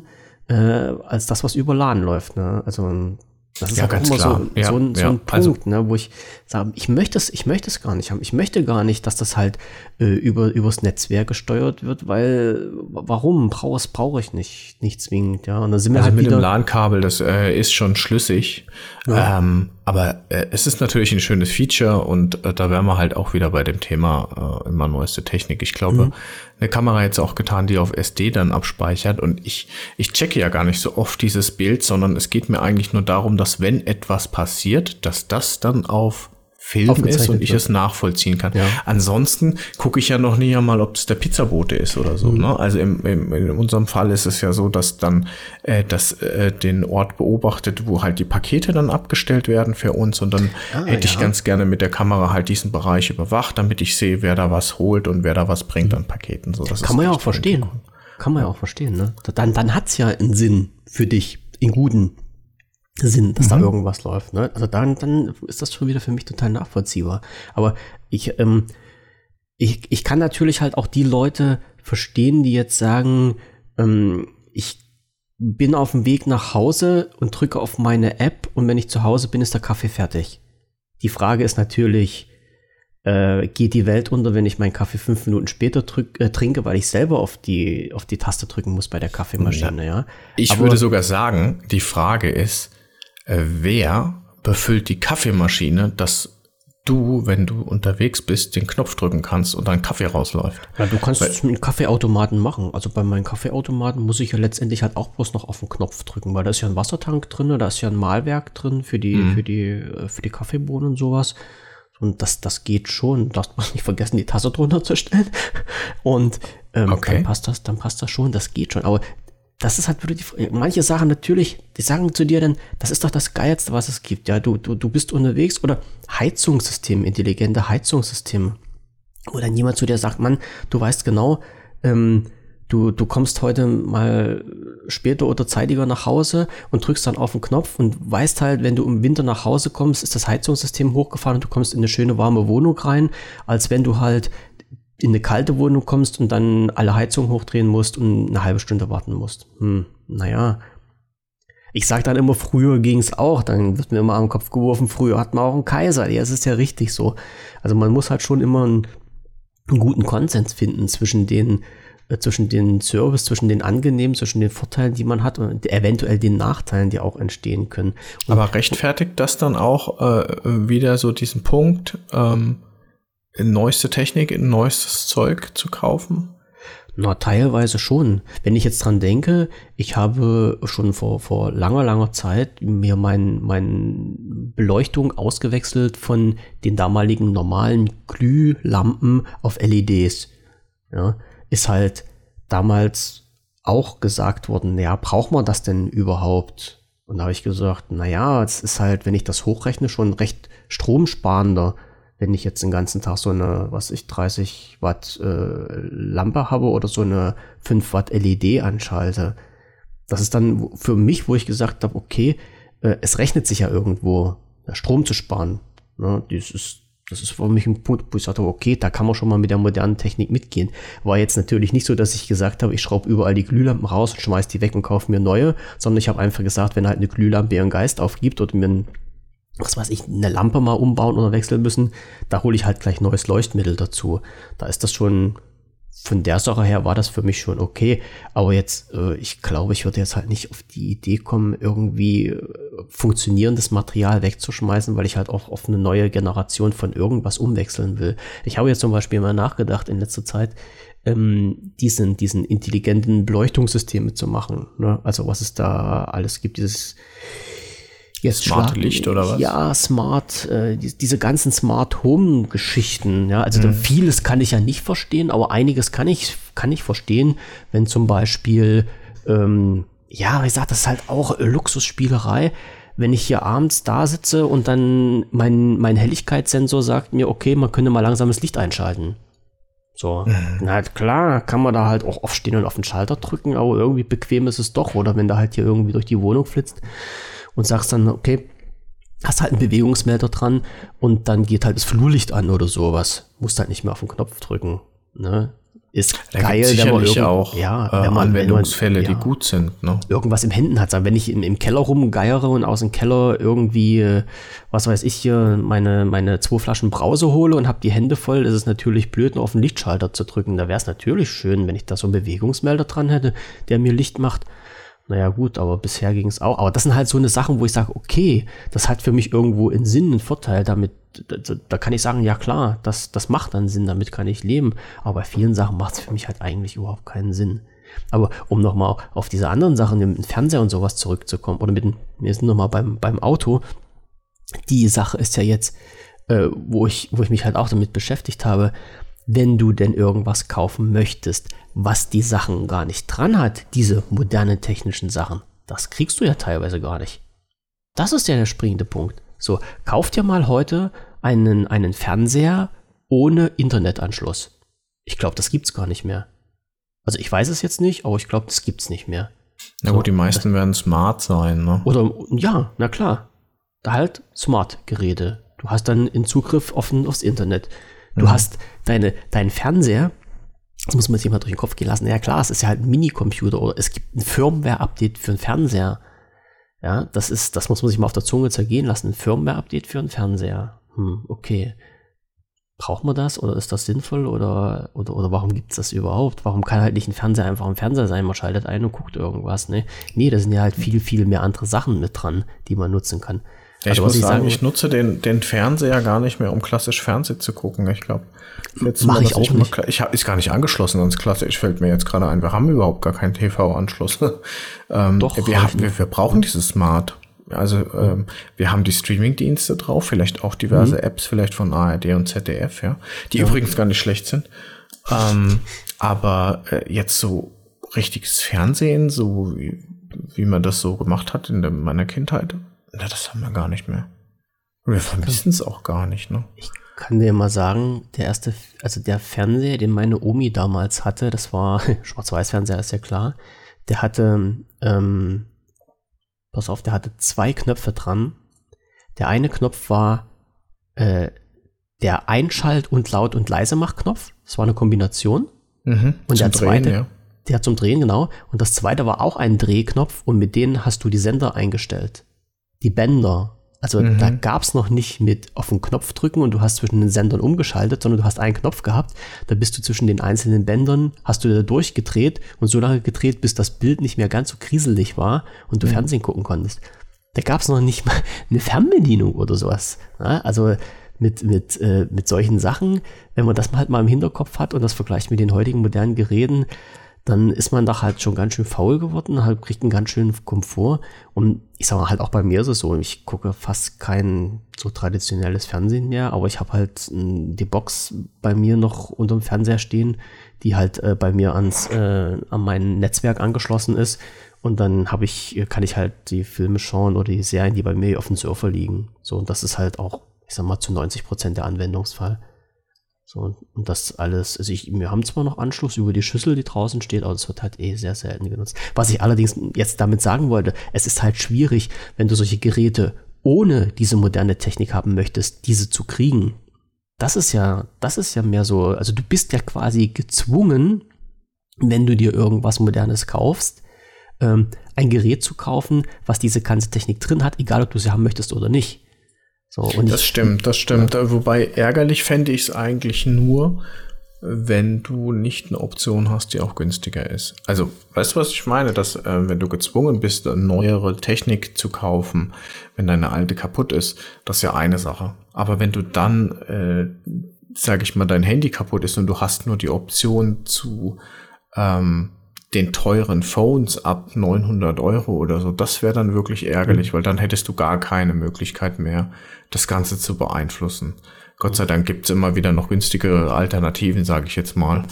als das, was über LAN läuft. Ne? Also das ist ja, auch ganz immer klar. so ein Punkt, also, ne, wo ich sage, ich möchte es gar nicht haben. Ich möchte gar nicht, dass das halt übers Netzwerk gesteuert wird, weil warum? Brauche ich nicht zwingend. Ja, und dann sind wir also halt mit wieder dem LAN-Kabel, das ist schon schlüssig. Ja. Aber es ist natürlich ein schönes Feature und da wären wir halt auch wieder bei dem Thema immer neueste Technik. Ich glaube, eine Kamera jetzt auch getan, die auf SD dann abspeichert, und ich checke ja gar nicht so oft dieses Bild, sondern es geht mir eigentlich nur darum, dass wenn etwas passiert, dass das dann auf Film ist und ich es nachvollziehen kann. Ja. Ansonsten gucke ich ja noch nie einmal, ob es der Pizzabote ist oder so. Ne? Also in unserem Fall ist es ja so, dass dann den Ort beobachtet, wo halt die Pakete dann abgestellt werden für uns, und dann hätte ich ganz gerne mit der Kamera halt diesen Bereich überwacht, damit ich sehe, wer da was holt und wer da was bringt an Paketen. So, das kann man ja auch verstehen. Kann man ja auch verstehen. Ne? Dann hat es ja einen Sinn für dich, in guten Sinn, dass da irgendwas läuft. Ne? Also dann ist das schon wieder für mich total nachvollziehbar. Aber ich kann natürlich halt auch die Leute verstehen, die jetzt sagen, ich bin auf dem Weg nach Hause und drücke auf meine App, und wenn ich zu Hause bin, ist der Kaffee fertig. Die Frage ist natürlich, geht die Welt unter, wenn ich meinen Kaffee 5 Minuten später trinke, weil ich selber auf die Taste drücken muss bei der Kaffeemaschine. Ja. Ich würde sogar sagen, die Frage ist, wer befüllt die Kaffeemaschine, dass du, wenn du unterwegs bist, den Knopf drücken kannst und dein Kaffee rausläuft? Ja, du kannst es mit einem Kaffeeautomaten machen. Also bei meinen Kaffeeautomaten muss ich ja letztendlich halt auch bloß noch auf den Knopf drücken, weil da ist ja ein Wassertank drin, da ist ja ein Mahlwerk drin für die Kaffeebohnen und sowas. Und das geht schon. Du darfst nicht vergessen, die Tasse drunter zu stellen. Und dann passt das schon, das geht schon. Aber das ist halt wirklich manche Sachen natürlich, die sagen zu dir dann, das ist doch das Geilste, was es gibt. Ja, du bist unterwegs, oder Heizungssysteme, intelligente Heizungssysteme. Wo dann jemand zu dir sagt, Mann, du weißt genau, Du kommst heute mal später oder zeitiger nach Hause und drückst dann auf den Knopf und weißt halt, wenn du im Winter nach Hause kommst, ist das Heizungssystem hochgefahren und du kommst in eine schöne warme Wohnung rein, als wenn du halt in eine kalte Wohnung kommst und dann alle Heizungen hochdrehen musst und eine halbe Stunde warten musst. Naja. Ich sag dann immer, früher ging's auch, dann wird mir immer am Kopf geworfen, früher hat man auch einen Kaiser. Ja, es ist ja richtig so. Also man muss halt schon immer einen guten Konsens finden zwischen den Service, zwischen den angenehmen, zwischen den Vorteilen, die man hat und eventuell den Nachteilen, die auch entstehen können. Aber rechtfertigt das dann auch wieder so diesen Punkt, in neueste Technik, in neuestes Zeug zu kaufen? Na, teilweise schon. Wenn ich jetzt dran denke, ich habe schon vor langer Zeit mir meine Beleuchtung ausgewechselt von den damaligen normalen Glühlampen auf LEDs. Ja, ist halt damals auch gesagt worden, ja, braucht man das denn überhaupt? Und da habe ich gesagt, naja, es ist halt, wenn ich das hochrechne, schon recht stromsparender, wenn ich jetzt den ganzen Tag so eine, 30 Watt Lampe habe oder so eine 5 Watt LED anschalte. Das ist dann für mich, wo ich gesagt habe, okay, es rechnet sich ja irgendwo, Strom zu sparen. Ne? Das ist für mich ein Punkt, wo ich sagte, okay, da kann man schon mal mit der modernen Technik mitgehen. War jetzt natürlich nicht so, dass ich gesagt habe, ich schraube überall die Glühlampen raus und schmeiß die weg und kaufe mir neue, sondern ich habe einfach gesagt, wenn halt eine Glühlampe ihren Geist aufgibt oder mir eine Lampe mal umbauen oder wechseln müssen, da hole ich halt gleich neues Leuchtmittel dazu. Da ist das schon, von der Sache her war das für mich schon okay, aber jetzt, ich glaube, ich würde jetzt halt nicht auf die Idee kommen, irgendwie funktionierendes Material wegzuschmeißen, weil ich halt auch auf eine neue Generation von irgendwas umwechseln will. Ich habe jetzt zum Beispiel mal nachgedacht in letzter Zeit, diesen intelligenten Beleuchtungssysteme zu machen, ne? Also was es da alles gibt, dieses Smart Licht oder was? Ja, diese ganzen Smart Home Geschichten, ja, also vieles kann ich ja nicht verstehen, aber einiges kann ich verstehen, wenn zum Beispiel, ich sag, das ist halt auch Luxusspielerei, wenn ich hier abends da sitze und dann mein Helligkeitssensor sagt mir, okay, man könnte mal langsam das Licht einschalten. So, na klar, kann man da halt auch aufstehen und auf den Schalter drücken, aber irgendwie bequem ist es doch, oder wenn da halt hier irgendwie durch die Wohnung flitzt und sagst dann, okay, hast halt einen Bewegungsmelder dran und dann geht halt das Flurlicht an oder sowas. Musst halt nicht mehr auf den Knopf drücken. Ne? Ist da geil, gibt's sicherlich wenn man auch Anwendungsfälle, die gut sind. Ne? Irgendwas im Händen hat. Wenn ich im Keller rumgeiere und aus dem Keller irgendwie, was weiß ich hier, meine 2 Flaschen Brause hole und habe die Hände voll, ist es natürlich blöd, nur auf den Lichtschalter zu drücken. Da wäre es natürlich schön, wenn ich da so einen Bewegungsmelder dran hätte, der mir Licht macht. Naja gut, aber bisher ging es auch. Aber das sind halt so eine Sachen, wo ich sage, okay, das hat für mich irgendwo einen Sinn, einen Vorteil damit. Da kann ich sagen, ja klar, das macht dann Sinn, damit kann ich leben. Aber bei vielen Sachen macht es für mich halt eigentlich überhaupt keinen Sinn. Aber um nochmal auf diese anderen Sachen, mit dem Fernseher und sowas zurückzukommen, oder wir sind nochmal beim Auto, die Sache ist ja jetzt, wo ich mich halt auch damit beschäftigt habe, wenn du denn irgendwas kaufen möchtest, was die Sachen gar nicht dran hat, diese modernen technischen Sachen, das kriegst du ja teilweise gar nicht. Das ist ja der springende Punkt. So, kauf dir mal heute einen Fernseher ohne Internetanschluss. Ich glaube, das gibt's gar nicht mehr. Also ich weiß es jetzt nicht, aber ich glaube, das gibt's nicht mehr. Na gut, die meisten werden smart sein, ne? Oder, ja, na klar. Da halt Smart-Geräte. Du hast dann einen Zugriff aufs Internet. Du hast deinen Fernseher, das muss man sich mal durch den Kopf gehen lassen. Ja klar, es ist ja halt ein Minicomputer oder es gibt ein Firmware-Update für einen Fernseher. Ja, das muss man sich mal auf der Zunge zergehen lassen. Ein Firmware-Update für einen Fernseher. Okay. Braucht man das oder ist das sinnvoll oder warum gibt es das überhaupt? Warum kann halt nicht ein Fernseher einfach ein Fernseher sein? Man schaltet ein und guckt irgendwas, ne? Nee, da sind ja halt viel mehr andere Sachen mit dran, die man nutzen kann. Ja, ich muss sagen, ich nutze den Fernseher gar nicht mehr, um klassisch Fernsehen zu gucken. Ich glaube, mache ich auch nicht. Ist gar nicht angeschlossen ans klassisch, fällt mir jetzt gerade ein. Wir haben überhaupt gar keinen TV-Anschluss. Doch. Wir brauchen dieses Smart. Also wir haben die Streaming-Dienste drauf, vielleicht auch diverse Apps, vielleicht von ARD und ZDF, ja, die übrigens gar nicht schlecht sind. Aber jetzt so richtiges Fernsehen, so wie man das so gemacht hat in meiner Kindheit, das haben wir gar nicht mehr. Wir vermissen es auch gar nicht, ne? Ich kann dir mal sagen, der Fernseher, den meine Omi damals hatte, das war Schwarz-Weiß-Fernseher, ist ja klar, der hatte, der hatte 2 Knöpfe dran. Der eine Knopf war der Einschalt- und Laut- und Leise-Mach-Knopf. Das war eine Kombination. Und der zweite, Drehen, ja. der zum Drehen, genau. Und das zweite war auch ein Drehknopf und mit denen hast du die Sender eingestellt. Die Bänder. Also da gab es noch nicht mit auf den Knopf drücken und du hast zwischen den Sendern umgeschaltet, sondern du hast einen Knopf gehabt, da bist du zwischen den einzelnen Bändern, hast du da durchgedreht und so lange gedreht, bis das Bild nicht mehr ganz so kriselig war und du Fernsehen gucken konntest. Da gab es noch nicht mal eine Fernbedienung oder sowas. Ja, also mit solchen Sachen, wenn man das halt mal im Hinterkopf hat und das vergleicht mit den heutigen modernen Geräten, dann ist man da halt schon ganz schön faul geworden, halt kriegt einen ganz schönen Komfort. Und ich sag mal, halt auch bei mir ist es so, ich gucke fast kein so traditionelles Fernsehen mehr, aber ich habe halt die Box bei mir noch unterm Fernseher stehen, die halt bei mir an mein Netzwerk angeschlossen ist. Und dann kann ich halt die Filme schauen oder die Serien, die bei mir auf dem Surfer liegen. So, und das ist halt auch, ich sag mal, zu 90% der Anwendungsfall. So, und das alles, also wir haben zwar noch Anschluss über die Schüssel, die draußen steht, aber das wird halt sehr selten genutzt. Was ich allerdings jetzt damit sagen wollte, es ist halt schwierig, wenn du solche Geräte ohne diese moderne Technik haben möchtest, diese zu kriegen. Das ist ja mehr so, also du bist ja quasi gezwungen, wenn du dir irgendwas Modernes kaufst, ein Gerät zu kaufen, was diese ganze Technik drin hat, egal ob du sie haben möchtest oder nicht. So, und das stimmt. Ja. Wobei ärgerlich fände ich es eigentlich nur, wenn du nicht eine Option hast, die auch günstiger ist. Also, weißt du, was ich meine? Dass, wenn du gezwungen bist, eine neuere Technik zu kaufen, wenn deine alte kaputt ist, das ist ja eine Sache. Aber wenn du dann, sage ich mal, dein Handy kaputt ist und du hast nur die Option zu den teuren Phones ab 900 € oder so, das wäre dann wirklich ärgerlich, weil dann hättest du gar keine Möglichkeit mehr, das Ganze zu beeinflussen. Gott sei Dank gibt's immer wieder noch günstige Alternativen, sage ich jetzt mal.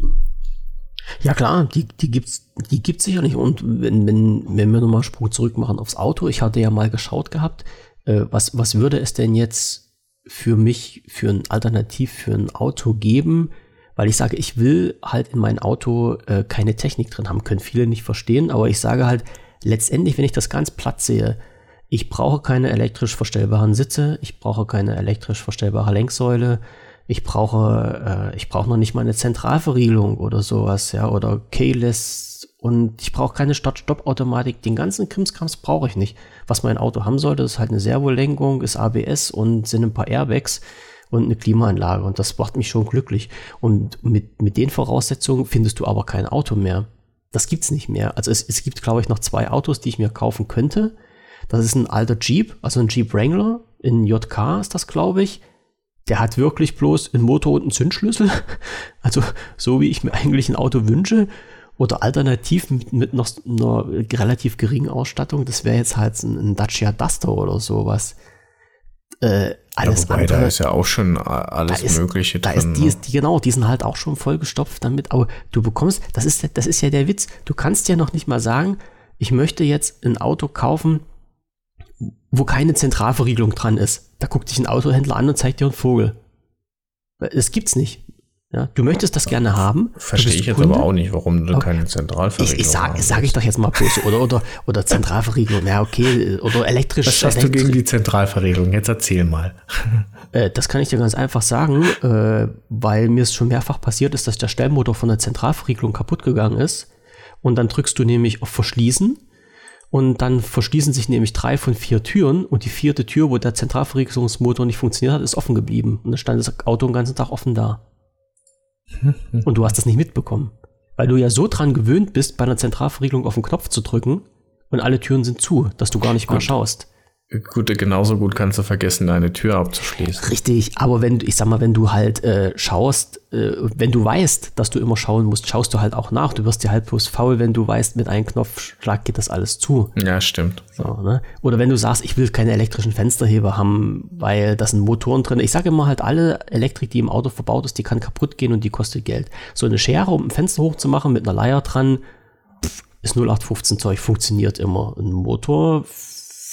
Ja klar, die gibt's sicherlich. Und wenn wir nochmal einen Sprung zurück machen aufs Auto, ich hatte ja mal geschaut gehabt, was würde es denn jetzt für mich, für ein Alternativ für ein Auto geben, weil ich sage, ich will halt in mein Auto keine Technik drin haben. Können viele nicht verstehen, aber ich sage halt, letztendlich, wenn ich das ganz platt sehe, ich brauche keine elektrisch verstellbaren Sitze, ich brauche keine elektrisch verstellbare Lenksäule, ich brauche noch nicht mal eine Zentralverriegelung oder sowas, ja, oder Keyless, und ich brauche keine Start-Stopp-Automatik, den ganzen Krimskrams brauche ich nicht. Was mein Auto haben sollte, ist halt eine Servolenkung, ist ABS und sind ein paar Airbags und eine Klimaanlage, und das macht mich schon glücklich. Und mit den Voraussetzungen findest du aber kein Auto mehr. Das gibt's nicht mehr. Also es gibt, glaube ich, noch 2 Autos, die ich mir kaufen könnte. Das ist ein alter Jeep, also ein Jeep Wrangler, in JK ist das, glaube ich. Der hat wirklich bloß einen Motor und einen Zündschlüssel. Also so wie ich mir eigentlich ein Auto wünsche. Oder alternativ mit noch einer relativ geringen Ausstattung. Das wäre jetzt halt ein Dacia Duster oder sowas. Alles wobei, andere, da ist ja auch schon alles Mögliche drin. Die sind halt auch schon vollgestopft damit, aber du bekommst, das ist ja der Witz, du kannst ja noch nicht mal sagen, ich möchte jetzt ein Auto kaufen, wo keine Zentralverriegelung dran ist. Da guckt dich ein Autohändler an und zeigt dir einen Vogel. Das gibt's nicht. Ja, du möchtest das gerne haben. Verstehe ich jetzt aber auch nicht, warum du keine Zentralverriegelung hast. Sag ich doch jetzt mal bloß. Oder Zentralverriegelung. Ja, okay. Oder elektrisch. Was hast du gegen die Zentralverriegelung? Jetzt erzähl mal. Das kann ich dir ganz einfach sagen, weil mir es schon mehrfach passiert ist, dass der Stellmotor von der Zentralverriegelung kaputt gegangen ist. Und dann drückst du nämlich auf Verschließen. Und dann verschließen sich nämlich 3 von 4 Türen. Und die 4. Tür, wo der Zentralverriegelungsmotor nicht funktioniert hat, ist offen geblieben. Und dann stand das Auto den ganzen Tag offen da. Und du hast das nicht mitbekommen, weil du ja so dran gewöhnt bist, bei einer Zentralverriegelung auf den Knopf zu drücken und alle Türen sind zu, dass du gar nicht mehr schaust. Gut, genauso gut kannst du vergessen, deine Tür abzuschließen. Richtig, aber wenn du halt schaust, wenn du weißt, dass du immer schauen musst, schaust du halt auch nach. Du wirst dir halt bloß faul, wenn du weißt, mit einem Knopfschlag geht das alles zu. Ja, stimmt. So, ne? Oder wenn du sagst, ich will keine elektrischen Fensterheber haben, weil da sind Motoren drin. Ich sage immer halt, alle Elektrik, die im Auto verbaut ist, die kann kaputt gehen und die kostet Geld. So eine Schere, um ein Fenster hochzumachen mit einer Leier dran, ist 0815 Zeug, funktioniert immer. Ein Motor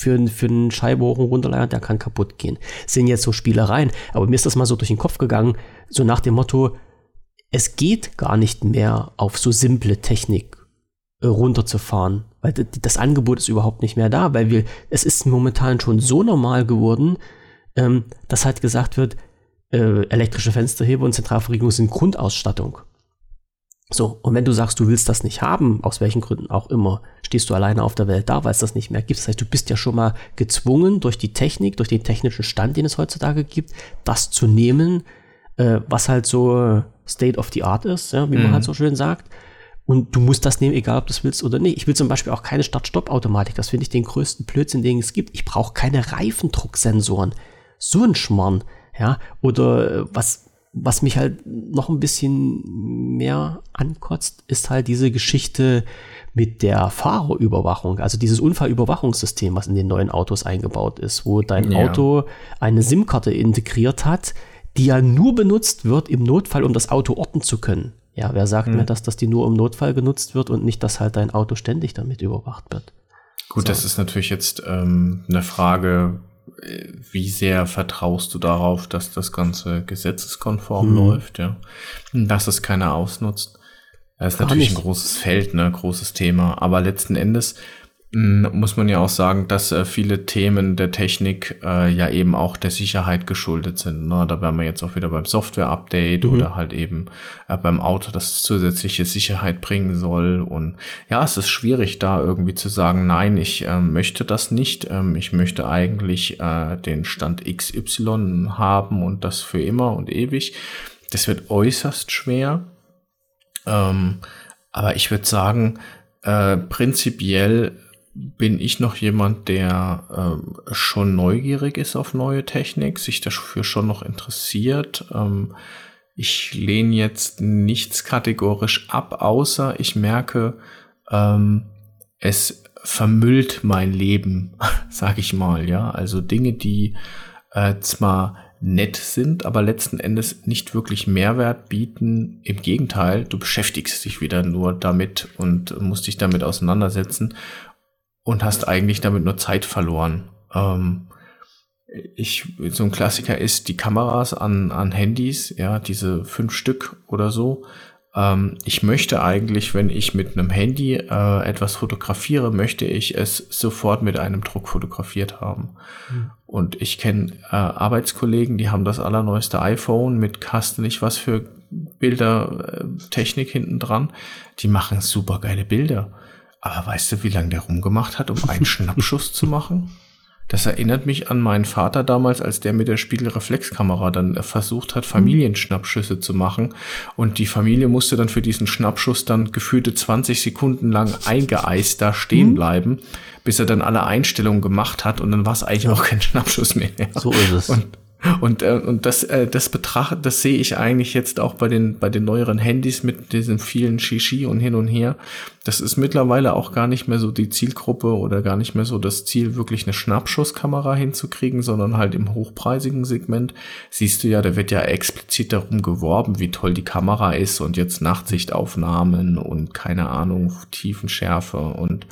für einen Scheibenbogen runterleiern, der kann kaputt gehen. Sind jetzt so Spielereien, aber mir ist das mal so durch den Kopf gegangen, so nach dem Motto, es geht gar nicht mehr auf so simple Technik runterzufahren, weil das Angebot ist überhaupt nicht mehr da, weil es ist momentan schon so normal geworden, dass halt gesagt wird, elektrische Fensterheber und Zentralverriegelung sind Grundausstattung. So, und wenn du sagst, du willst das nicht haben, aus welchen Gründen auch immer, stehst du alleine auf der Welt da, weil es das nicht mehr gibt. Das heißt, du bist ja schon mal gezwungen, durch die Technik, durch den technischen Stand, den es heutzutage gibt, das zu nehmen, was halt so State of the Art ist, ja, wie man halt so schön sagt. Und du musst das nehmen, egal ob du es willst oder nicht. Ich will zum Beispiel auch keine Start-Stopp-Automatik. Das finde ich den größten Blödsinn, den es gibt. Ich brauche keine Reifendrucksensoren. So ein Schmarrn. Ja, oder was mich halt noch ein bisschen mehr ankotzt, ist halt diese Geschichte mit der Fahrerüberwachung, also dieses Unfallüberwachungssystem, was in den neuen Autos eingebaut ist, wo dein Auto eine SIM-Karte integriert hat, die ja nur benutzt wird im Notfall, um das Auto orten zu können. Ja, wer sagt mir dass die nur im Notfall genutzt wird und nicht, dass halt dein Auto ständig damit überwacht wird? Gut, das ist natürlich jetzt eine Frage, wie sehr vertraust du darauf, dass das Ganze gesetzeskonform läuft, ja, dass es keiner ausnutzt. Das ist natürlich ein großes Feld, ne, großes Thema, aber letzten Endes muss man ja auch sagen, dass viele Themen der Technik ja eben auch der Sicherheit geschuldet sind. Ne? Da wären wir jetzt auch wieder beim Software-Update oder halt eben beim Auto, das zusätzliche Sicherheit bringen soll. Und ja, es ist schwierig, da irgendwie zu sagen, nein, ich möchte das nicht. Ich möchte eigentlich den Stand XY haben und das für immer und ewig. Das wird äußerst schwer. Aber ich würde sagen, prinzipiell bin ich noch jemand, der schon neugierig ist auf neue Technik, sich dafür schon noch interessiert. Ich lehne jetzt nichts kategorisch ab, außer ich merke, es vermüllt mein Leben, sag ich mal, ja. Also Dinge, die zwar nett sind, aber letzten Endes nicht wirklich Mehrwert bieten. Im Gegenteil, du beschäftigst dich wieder nur damit und musst dich damit auseinandersetzen und hast eigentlich damit nur Zeit verloren. So ein Klassiker ist die Kameras an Handys, ja, diese 5 Stück oder so. Ich möchte eigentlich, wenn ich mit einem Handy etwas fotografiere, möchte ich es sofort mit einem Druck fotografiert haben. Und ich kenne Arbeitskollegen, die haben das allerneueste iPhone mit hast du nicht was für Bildertechnik hinten dran. Die machen super geile Bilder. Aber weißt du, wie lange der rumgemacht hat, um einen Schnappschuss zu machen? Das erinnert mich an meinen Vater damals, als der mit der Spiegelreflexkamera dann versucht hat, Familienschnappschüsse zu machen. Und die Familie musste dann für diesen Schnappschuss dann gefühlte 20 Sekunden lang eingeeist da stehen bleiben, bis er dann alle Einstellungen gemacht hat. Und dann war es eigentlich auch kein Schnappschuss mehr. So ist es. Und das sehe ich eigentlich jetzt auch bei den neueren Handys mit diesen vielen Shishi und hin und her. Das ist mittlerweile auch gar nicht mehr so die Zielgruppe oder gar nicht mehr so das Ziel, wirklich eine Schnappschusskamera hinzukriegen, sondern halt im hochpreisigen Segment. Siehst du ja, da wird ja explizit darum geworben, wie toll die Kamera ist und jetzt Nachtsichtaufnahmen und keine Ahnung, Tiefenschärfe und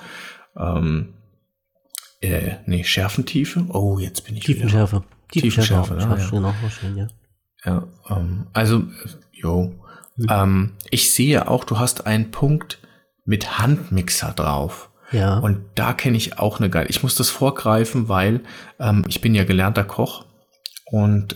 Schärfentiefe. Oh, jetzt bin ich Tiefenschärfe. Tiefenschärfe, genau, schön, ja. Ja, ich sehe auch, du hast einen Punkt mit Handmixer drauf. Ja. Und da kenne ich auch eine geile. Ich muss das vorgreifen, weil ich bin ja gelernter Koch und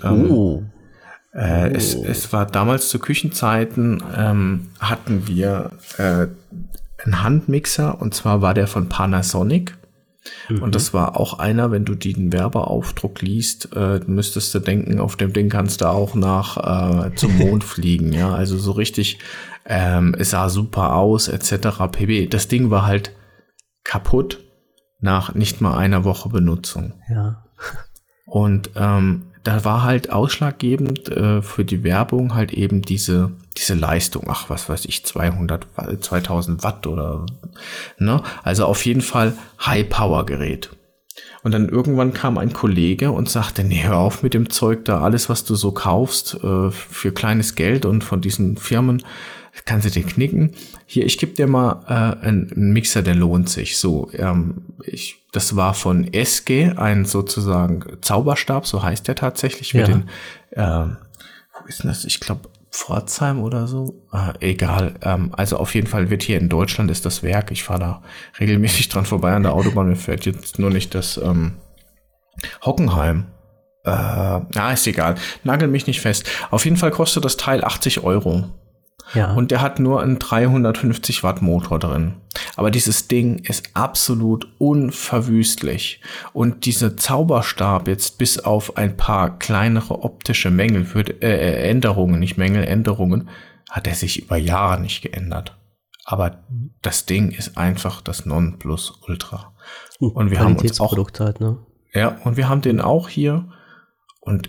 es war damals zu Küchenzeiten, hatten wir einen Handmixer und zwar war der von Panasonic. Und das war auch einer, wenn du den Werbeaufdruck liest, müsstest du denken, auf dem Ding kannst du auch zum Mond fliegen, ja, also so richtig, es sah super aus, etc. pp. Das Ding war halt kaputt nach nicht mal einer Woche Benutzung. Ja. Und da war halt ausschlaggebend für die Werbung halt eben diese Leistung, ach, was weiß ich, 2000 Watt oder, ne? Also auf jeden Fall High-Power-Gerät. Und dann irgendwann kam ein Kollege und sagte, nee, hör auf mit dem Zeug da, alles, was du so kaufst, für kleines Geld und von diesen Firmen, kannst du dir knicken. Hier, ich gebe dir mal einen Mixer, der lohnt sich. So, das war von SG, ein sozusagen Zauberstab, so heißt der tatsächlich, für den, wo ist denn das? Ich glaube, Pforzheim oder so. Egal. Also auf jeden Fall wird hier in Deutschland ist das Werk. Ich fahre da regelmäßig dran vorbei an der Autobahn. Mir fährt jetzt nur nicht das Hockenheim. Ist egal. Nagel mich nicht fest. Auf jeden Fall kostet das Teil 80 €. Ja. Und der hat nur einen 350 Watt Motor drin. Aber dieses Ding ist absolut unverwüstlich. Und dieser Zauberstab jetzt bis auf ein paar kleinere optische Mängel, Änderungen, hat er sich über Jahre nicht geändert. Aber das Ding ist einfach das Nonplusultra. Und wir haben uns auch, halt, ne? Ja, und wir haben den auch hier. Und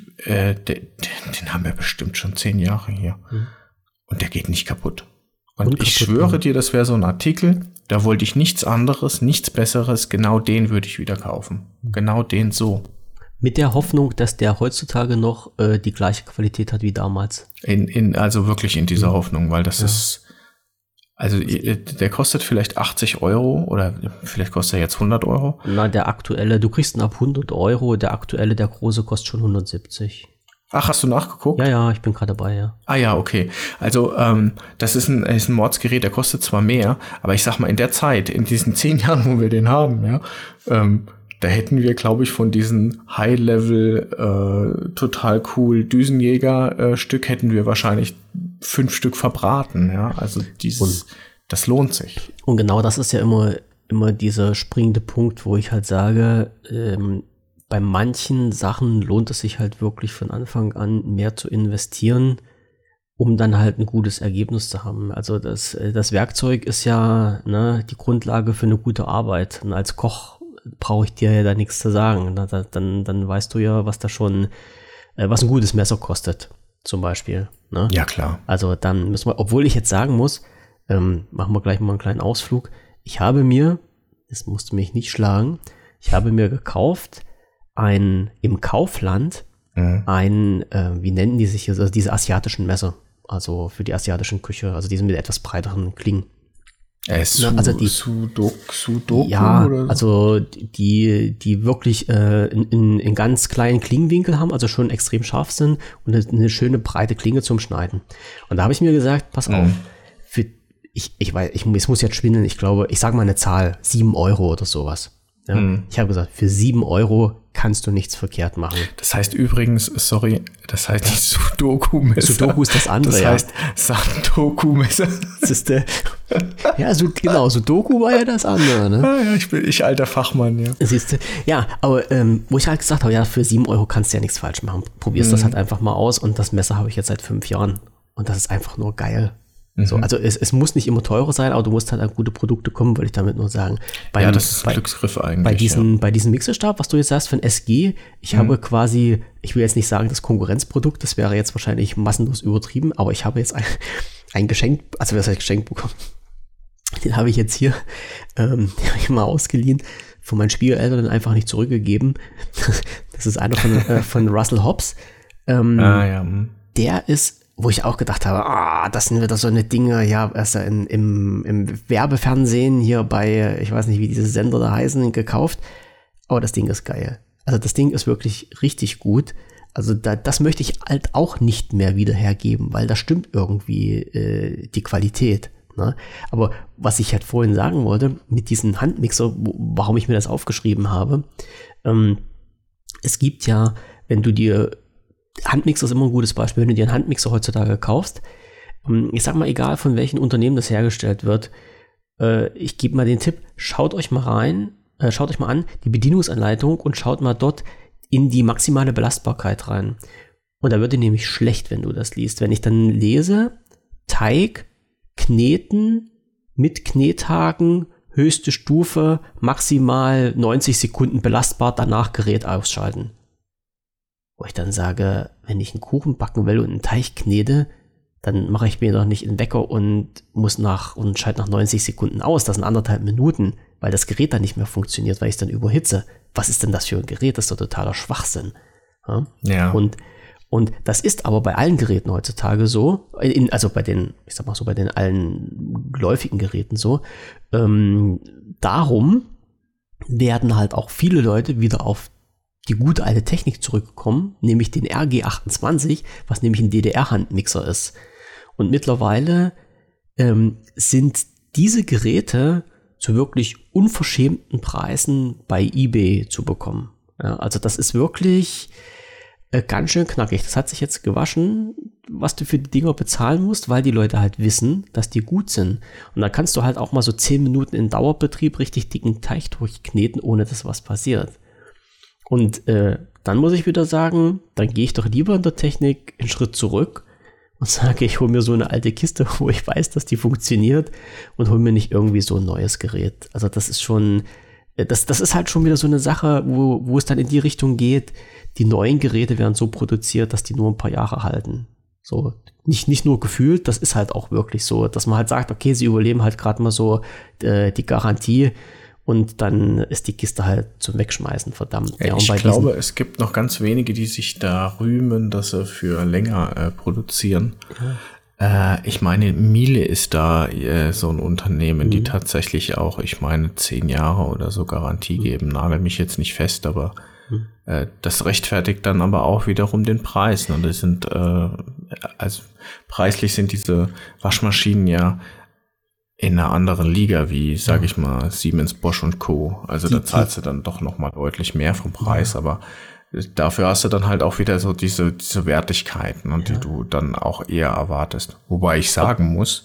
den haben wir bestimmt schon 10 Jahre hier. Und der geht nicht kaputt. Und ich schwöre dir, das wäre so ein Artikel, da wollte ich nichts anderes, nichts Besseres, genau den würde ich wieder kaufen. Genau den so. Mit der Hoffnung, dass der heutzutage noch die gleiche Qualität hat wie damals. Also wirklich in dieser Hoffnung, weil das ist, also der kostet vielleicht 80 € oder vielleicht kostet er jetzt 100 €. Na, der aktuelle, du kriegst ihn ab 100 €, der aktuelle, der große kostet schon 170. Ach, hast du nachgeguckt? Ja, ich bin gerade dabei, ja. Ah ja, okay. Also das ist ein Mordsgerät, der kostet zwar mehr, aber ich sag mal, in der Zeit, in diesen 10 Jahren, wo wir den haben, ja, da hätten wir, glaube ich, von diesen High-Level, total cool Düsenjäger-Stück hätten wir wahrscheinlich 5 Stück verbraten, ja. Also das lohnt sich. Und genau das ist ja immer dieser springende Punkt, wo ich halt sage, bei manchen Sachen lohnt es sich halt wirklich von Anfang an mehr zu investieren, um dann halt ein gutes Ergebnis zu haben. Also das Werkzeug ist ja, ne, die Grundlage für eine gute Arbeit. Und als Koch brauche ich dir ja da nichts zu sagen. Dann weißt du ja, was ein gutes Messer kostet, zum Beispiel. Ne? Ja, klar. Also dann müssen wir, obwohl ich jetzt sagen muss, machen wir gleich mal einen kleinen Ausflug. Ich habe mir, das musste mich nicht schlagen, gekauft, im Kaufland wie nennen die sich hier, also diese asiatischen Messer, also für die asiatischen Küche, also diese mit etwas breiteren Klingen. Sudoku ja, oder so? Also die wirklich in ganz kleinen Klingenwinkel haben, also schon extrem scharf sind und eine schöne breite Klinge zum Schneiden. Und da habe ich mir gesagt, pass auf, es muss jetzt schwindeln, ich glaube, ich sage mal eine Zahl, 7 € oder sowas. Ja? Ich habe gesagt, für 7 € kannst du nichts verkehrt machen. Das heißt übrigens, das heißt nicht Sudoku-Messer. Sudoku ist das andere, das heißt Santoku-Messer. Ja, Sudoku war ja das andere, ne? Ja, ich alter Fachmann, ja. Siehst du, ja, aber wo ich halt gesagt habe, ja, für 7 € kannst du ja nichts falsch machen. Probierst das halt einfach mal aus und das Messer habe ich jetzt seit 5 Jahren und das ist einfach nur geil. So, also es muss nicht immer teurer sein, aber du musst halt an gute Produkte kommen, würde ich damit nur sagen. Das ist ein Glücksgriff eigentlich. Bei diesem Mixerstab, was du jetzt sagst von SG, ich habe quasi, ich will jetzt nicht sagen das Konkurrenzprodukt, das wäre jetzt wahrscheinlich massenlos übertrieben, aber ich habe jetzt ein Geschenk, also was heißt Geschenk bekommen? Den habe ich jetzt hier, den habe ich mal ausgeliehen, von meinen Schwiegereltern einfach nicht zurückgegeben. Das ist einer von Russell Hobbs. Der ist, wo ich auch gedacht habe, das sind wieder so eine Dinge, ja, erst im Werbefernsehen hier bei, ich weiß nicht, wie diese Sender da heißen, gekauft. Aber das Ding ist geil. Also das Ding ist wirklich richtig gut. Also das möchte ich halt auch nicht mehr wieder hergeben, weil da stimmt irgendwie die Qualität. Ne? Aber was ich halt vorhin sagen wollte, mit diesem Handmixer, warum ich mir das aufgeschrieben habe, es gibt ja, wenn du dir Handmixer ist immer ein gutes Beispiel, wenn du dir einen Handmixer heutzutage kaufst, ich sag mal, egal von welchen Unternehmen das hergestellt wird, ich gebe mal den Tipp, schaut euch mal an, die Bedienungsanleitung und schaut mal dort in die maximale Belastbarkeit rein. Und da wird dir nämlich schlecht, wenn du das liest. Wenn ich dann lese, Teig, Kneten, mit Knethaken, höchste Stufe, maximal 90 Sekunden belastbar, danach Gerät ausschalten. Wo ich dann sage, wenn ich einen Kuchen backen will und einen Teig knete, dann mache ich mir doch nicht einen Wecker und schalte nach 90 Sekunden aus. Das sind 1,5 Minuten. weil das Gerät dann nicht mehr funktioniert, weil ich es dann überhitze. Was ist denn das für ein Gerät? Das ist doch totaler Schwachsinn. Ja. Und das ist aber bei allen Geräten heutzutage so, also bei den, ich sag mal so, bei den allen geläufigen Geräten so. Darum werden halt auch viele Leute wieder auf die gute alte Technik zurückkommen, nämlich den RG28, was nämlich ein DDR-Handmixer ist. Und mittlerweile sind diese Geräte zu wirklich unverschämten Preisen bei eBay zu bekommen. Ja, also das ist wirklich ganz schön knackig. Das hat sich jetzt gewaschen, was du für die Dinger bezahlen musst, weil die Leute halt wissen, dass die gut sind. Und dann kannst du halt auch mal so 10 Minuten in Dauerbetrieb richtig dicken Teig durchkneten, ohne dass was passiert. Und dann muss ich wieder sagen, dann gehe ich doch lieber in der Technik einen Schritt zurück und sage, ich hole mir so eine alte Kiste, wo ich weiß, dass die funktioniert und hole mir nicht irgendwie so ein neues Gerät. Also das ist schon, das ist halt schon wieder so eine Sache, wo es dann in die Richtung geht, die neuen Geräte werden so produziert, dass die nur ein paar Jahre halten. So, nicht nur gefühlt, das ist halt auch wirklich so, dass man halt sagt, okay, sie überleben halt gerade mal so die Garantie und dann ist die Kiste halt zum Wegschmeißen, verdammt. Ja, ich glaube, es gibt noch ganz wenige, die sich da rühmen, dass sie für länger produzieren. Ja. Ich meine, Miele ist da so ein Unternehmen, die tatsächlich auch, ich meine, 10 Jahre oder so Garantie geben. Nagel mich jetzt nicht fest, aber das rechtfertigt dann aber auch wiederum den Preis. Ne? Das sind, also preislich sind diese Waschmaschinen ja in einer anderen Liga wie, sage ich mal, Siemens, Bosch und Co. Also da zahlst du dann doch nochmal deutlich mehr vom Preis, aber dafür hast du dann halt auch wieder so diese Wertigkeiten, die du dann auch eher erwartest. Wobei ich sagen muss,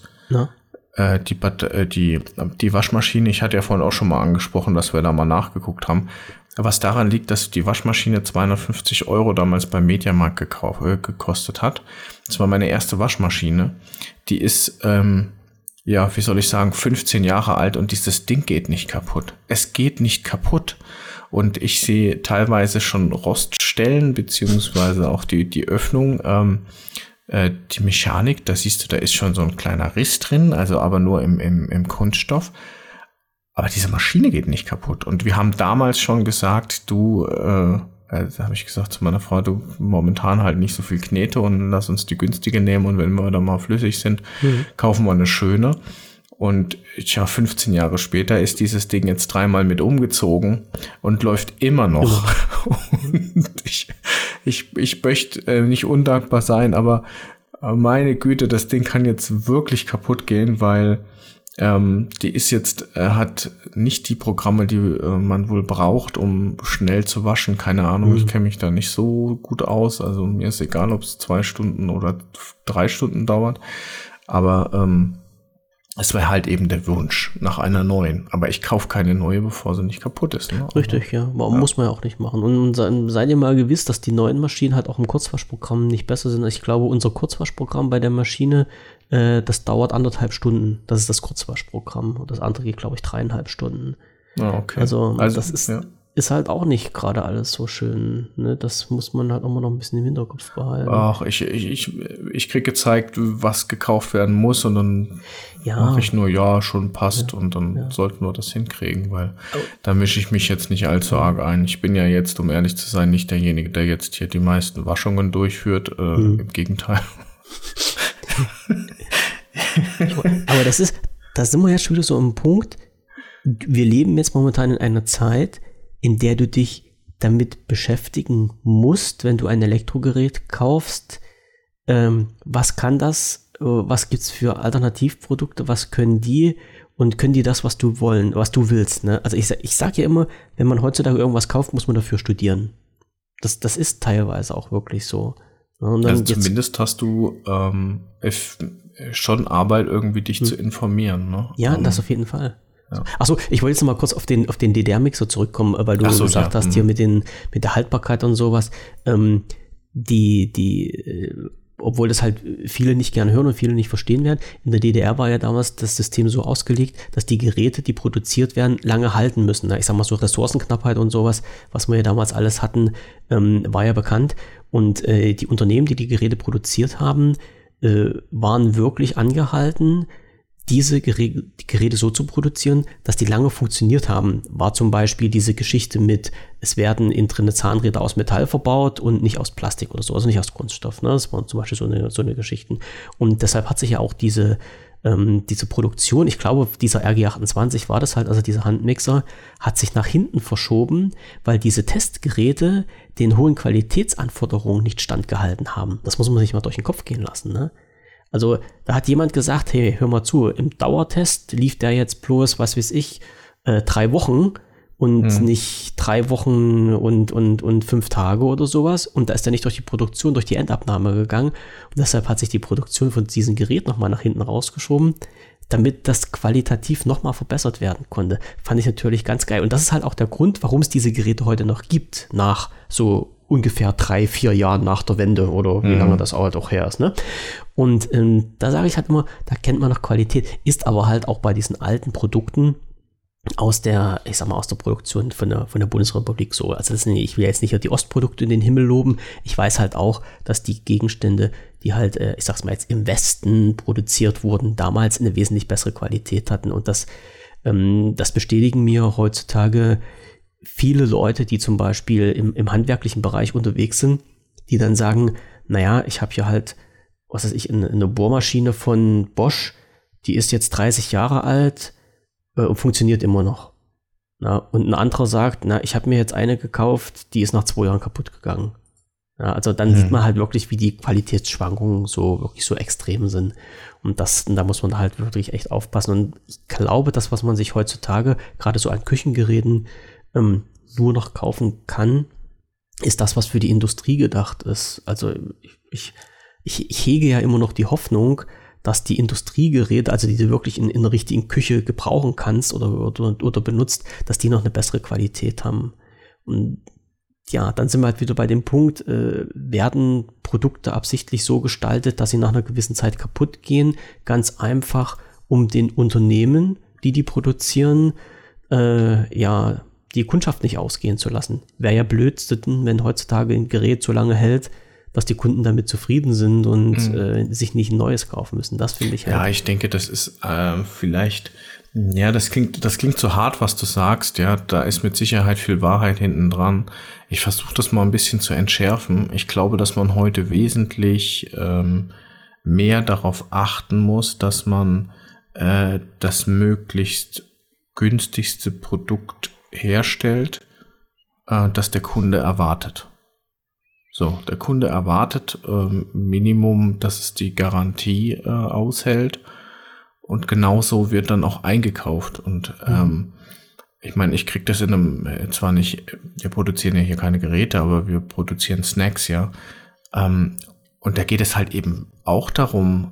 die Waschmaschine, ich hatte ja vorhin auch schon mal angesprochen, dass wir da mal nachgeguckt haben, was daran liegt, dass die Waschmaschine 250 € damals beim Mediamarkt gekostet hat. Das war meine erste Waschmaschine. Die ist, wie soll ich sagen, 15 Jahre alt und dieses Ding geht nicht kaputt. Es geht nicht kaputt. Und ich sehe teilweise schon Roststellen, beziehungsweise auch die Öffnung, die Mechanik, da siehst du, da ist schon so ein kleiner Riss drin, also aber nur im Kunststoff. Aber diese Maschine geht nicht kaputt. Und wir haben damals schon gesagt, da habe ich gesagt zu meiner Frau, du momentan halt nicht so viel Knete und lass uns die günstige nehmen und wenn wir da mal flüssig sind, kaufen wir eine schöne. Und 15 Jahre später ist dieses Ding jetzt 3-mal mit umgezogen und läuft immer noch. Und ich möchte nicht undankbar sein, aber meine Güte, das Ding kann jetzt wirklich kaputt gehen, weil die ist jetzt, hat nicht die Programme, die man wohl braucht, um schnell zu waschen. Keine Ahnung, ich kenne mich da nicht so gut aus. Also mir ist egal, ob es 2 Stunden oder 3 Stunden dauert. Aber es wäre halt eben der Wunsch nach einer neuen. Aber ich kaufe keine neue, bevor sie nicht kaputt ist. Ne? Richtig, ja. Aber muss man ja auch nicht machen. Und seid ihr mal gewiss, dass die neuen Maschinen halt auch im Kurzwaschprogramm nicht besser sind. Ich glaube, unser Kurzwaschprogramm bei der Maschine, das dauert 1,5 Stunden. Das ist das Kurzwaschprogramm. Und das andere geht, glaube ich, 3,5 Stunden. Okay. Also das ist halt auch nicht gerade alles so schön. Ne? Das muss man halt immer noch ein bisschen im Hinterkopf behalten. Ach, ich krieg gezeigt, was gekauft werden muss und dann mache ich nur, schon passt und dann sollten wir das hinkriegen, weil da mische ich mich jetzt nicht allzu arg ein. Ich bin ja jetzt, um ehrlich zu sein, nicht derjenige, der jetzt hier die meisten Waschungen durchführt. Im Gegenteil. Aber da sind wir jetzt schon wieder so am Punkt, wir leben jetzt momentan in einer Zeit, in der du dich damit beschäftigen musst, wenn du ein Elektrogerät kaufst. Was kann das? Was gibt's für Alternativprodukte? Was können die? Und können die das, was du willst? Ne? Also ich sage ja immer, wenn man heutzutage irgendwas kauft, muss man dafür studieren. Das ist teilweise auch wirklich so. Und dann also zumindest hast du schon Arbeit, irgendwie dich zu informieren. Ne? Ja, das auf jeden Fall. Ja. Achso, ich wollte jetzt noch mal kurz auf den DDR-Mixer zurückkommen, weil du gesagt hast, hier mit der Haltbarkeit und sowas, obwohl das halt viele nicht gerne hören und viele nicht verstehen werden, in der DDR war ja damals das System so ausgelegt, dass die Geräte, die produziert werden, lange halten müssen. Ich sag mal so Ressourcenknappheit und sowas, was wir ja damals alles hatten, war ja bekannt. Und die Unternehmen, die Geräte produziert haben, waren wirklich angehalten, diese Geräte so zu produzieren, dass die lange funktioniert haben. War zum Beispiel diese Geschichte mit, es werden innen drin Zahnräder aus Metall verbaut und nicht aus Plastik oder so, also nicht aus Kunststoff. Ne? Das waren zum Beispiel so eine Geschichten. Und deshalb hat sich ja auch diese Produktion, ich glaube, dieser RG28 war das halt, also dieser Handmixer, hat sich nach hinten verschoben, weil diese Testgeräte den hohen Qualitätsanforderungen nicht standgehalten haben. Das muss man sich mal durch den Kopf gehen lassen, ne? Also da hat jemand gesagt, hey, hör mal zu, im Dauertest lief der jetzt bloß, was weiß ich, 3 Wochen und nicht 3 Wochen und 5 Tage oder sowas. Und da ist er nicht durch die Produktion, durch die Endabnahme gegangen. Und deshalb hat sich die Produktion von diesem Gerät nochmal nach hinten rausgeschoben, damit das qualitativ nochmal verbessert werden konnte. Fand ich natürlich ganz geil. Und das ist halt auch der Grund, warum es diese Geräte heute noch gibt, nach so ungefähr 3-4 Jahren nach der Wende oder wie lange das halt auch her ist, ne? Und da sage ich halt immer, da kennt man noch Qualität, ist aber halt auch bei diesen alten Produkten aus der, ich sag mal, aus der Produktion von der Bundesrepublik so. Also ich will jetzt nicht die Ostprodukte in den Himmel loben. Ich weiß halt auch, dass die Gegenstände, die halt, ich sag's mal jetzt, im Westen produziert wurden, damals eine wesentlich bessere Qualität hatten. Und das bestätigen mir heutzutage viele Leute, die zum Beispiel im handwerklichen Bereich unterwegs sind, die dann sagen, naja, ich habe hier halt, was weiß ich, eine Bohrmaschine von Bosch, die ist jetzt 30 Jahre alt und funktioniert immer noch. Na, und ein anderer sagt, na, ich habe mir jetzt eine gekauft, die ist nach 2 Jahren kaputt gegangen. Ja, also dann sieht man halt wirklich, wie die Qualitätsschwankungen so wirklich so extrem sind. Und da muss man halt wirklich echt aufpassen. Und ich glaube, das, was man sich heutzutage gerade so an Küchengeräten nur noch kaufen kann, ist das, was für die Industrie gedacht ist. Also ich hege ja immer noch die Hoffnung, dass die Industriegeräte, also die du wirklich in der richtigen Küche gebrauchen kannst oder benutzt, dass die noch eine bessere Qualität haben. Und ja, dann sind wir halt wieder bei dem Punkt, werden Produkte absichtlich so gestaltet, dass sie nach einer gewissen Zeit kaputt gehen, ganz einfach, um den Unternehmen, die produzieren, die Kundschaft nicht ausgehen zu lassen. Wäre ja blödsten, wenn heutzutage ein Gerät so lange hält, dass die Kunden damit zufrieden sind und sich nicht ein neues kaufen müssen. Das finde ich halt. Ja, ich denke, das ist vielleicht, ja, das klingt so hart, was du sagst. Ja, da ist mit Sicherheit viel Wahrheit hinten dran. Ich versuche das mal ein bisschen zu entschärfen. Ich glaube, dass man heute wesentlich mehr darauf achten muss, dass man das möglichst günstigste Produkt herstellt, das der Kunde erwartet. So, der Kunde erwartet Minimum, dass es die Garantie aushält, und genauso wird dann auch eingekauft. Und ich meine, ich kriege das in einem, zwar nicht, wir produzieren ja hier keine Geräte, aber wir produzieren Snacks, ja. Und da geht es halt eben auch darum,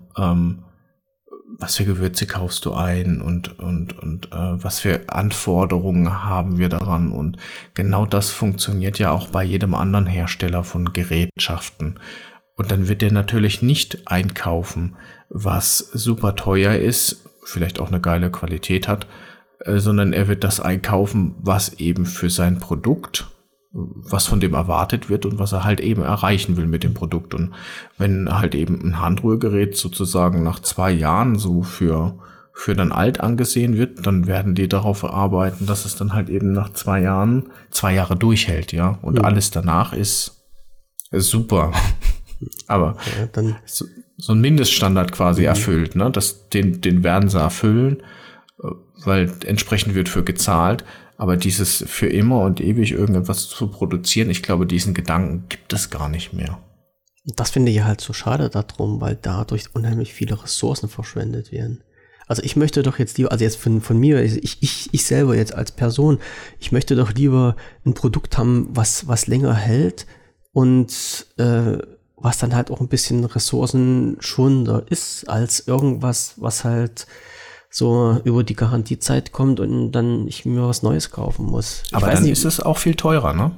was für Gewürze kaufst du ein und was für Anforderungen haben wir daran. Und genau das funktioniert ja auch bei jedem anderen Hersteller von Gerätschaften. Und dann wird der natürlich nicht einkaufen, was super teuer ist, vielleicht auch eine geile Qualität hat, sondern er wird das einkaufen, was eben für sein Produkt, was von dem erwartet wird und was er halt eben erreichen will mit dem Produkt. Und wenn halt eben ein Handrührgerät sozusagen nach 2 Jahren so für dann alt angesehen wird, dann werden die darauf arbeiten, dass es dann halt eben nach 2 Jahren 2 Jahre durchhält, ja. Und alles danach ist super. Aber ja, dann so ein Mindeststandard quasi erfüllt, ne? Den werden sie erfüllen, weil entsprechend wird für gezahlt. Aber dieses für immer und ewig irgendetwas zu produzieren, ich glaube, diesen Gedanken gibt es gar nicht mehr. Das finde ich halt so schade darum, weil dadurch unheimlich viele Ressourcen verschwendet werden. Also ich möchte doch jetzt lieber, also jetzt von mir, ich selber jetzt als Person, ich möchte doch lieber ein Produkt haben, was länger hält und was dann halt auch ein bisschen ressourcenschonender ist, als irgendwas, was halt so über die Garantiezeit kommt und dann ich mir was Neues kaufen muss. Aber dann ist es auch viel teurer, ne?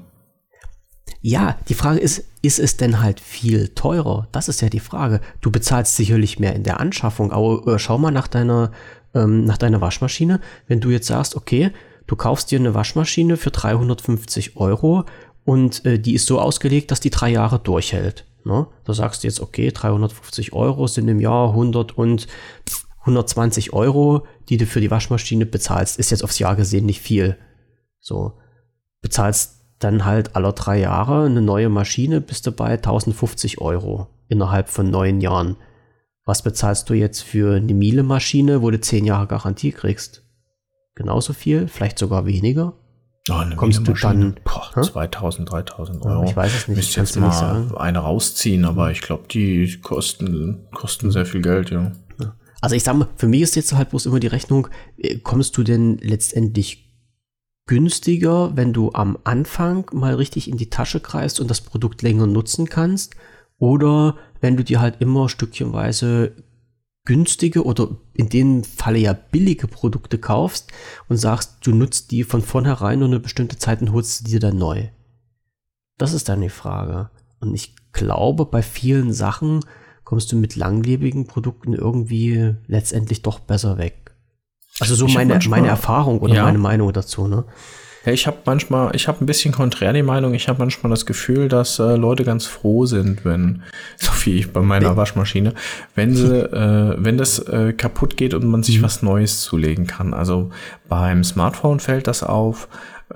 Ja, die Frage ist es denn halt viel teurer? Das ist ja die Frage. Du bezahlst sicherlich mehr in der Anschaffung, aber schau mal nach deiner Waschmaschine. Wenn du jetzt sagst, okay, du kaufst dir eine Waschmaschine für 350 € und die ist so ausgelegt, dass die 3 Jahre durchhält. Ne? Da sagst du jetzt, okay, 350 € sind im Jahr 100 120 €, die du für die Waschmaschine bezahlst, ist jetzt aufs Jahr gesehen nicht viel. So, bezahlst dann halt alle 3 Jahre eine neue Maschine, bist du bei 1050 € innerhalb von 9 Jahren. Was bezahlst du jetzt für eine Miele-Maschine, wo du 10 Jahre Garantie kriegst? Genauso viel, vielleicht sogar weniger? Kommst du dann 2.000, 3.000 €? Ich weiß es nicht. Ich jetzt mal eine rausziehen, aber ich glaube, die kosten sehr viel Geld, ja. Also ich sag mal, für mich ist jetzt halt bloß immer die Rechnung, kommst du denn letztendlich günstiger, wenn du am Anfang mal richtig in die Tasche greifst und das Produkt länger nutzen kannst, oder wenn du dir halt immer stückchenweise günstige oder in dem Falle ja billige Produkte kaufst und sagst, du nutzt die von vornherein nur eine bestimmte Zeit und holst sie dir dann neu. Das ist dann die Frage. Und ich glaube, bei vielen Sachen kommst du mit langlebigen Produkten irgendwie letztendlich doch besser weg. Also so meine Erfahrung oder meine Meinung dazu, ne? Ja, ich habe ein bisschen konträr die Meinung, ich habe manchmal das Gefühl, dass Leute ganz froh sind, wenn, so wie ich bei meiner Waschmaschine, wenn das kaputt geht und man sich was Neues zulegen kann. Also beim Smartphone fällt das auf,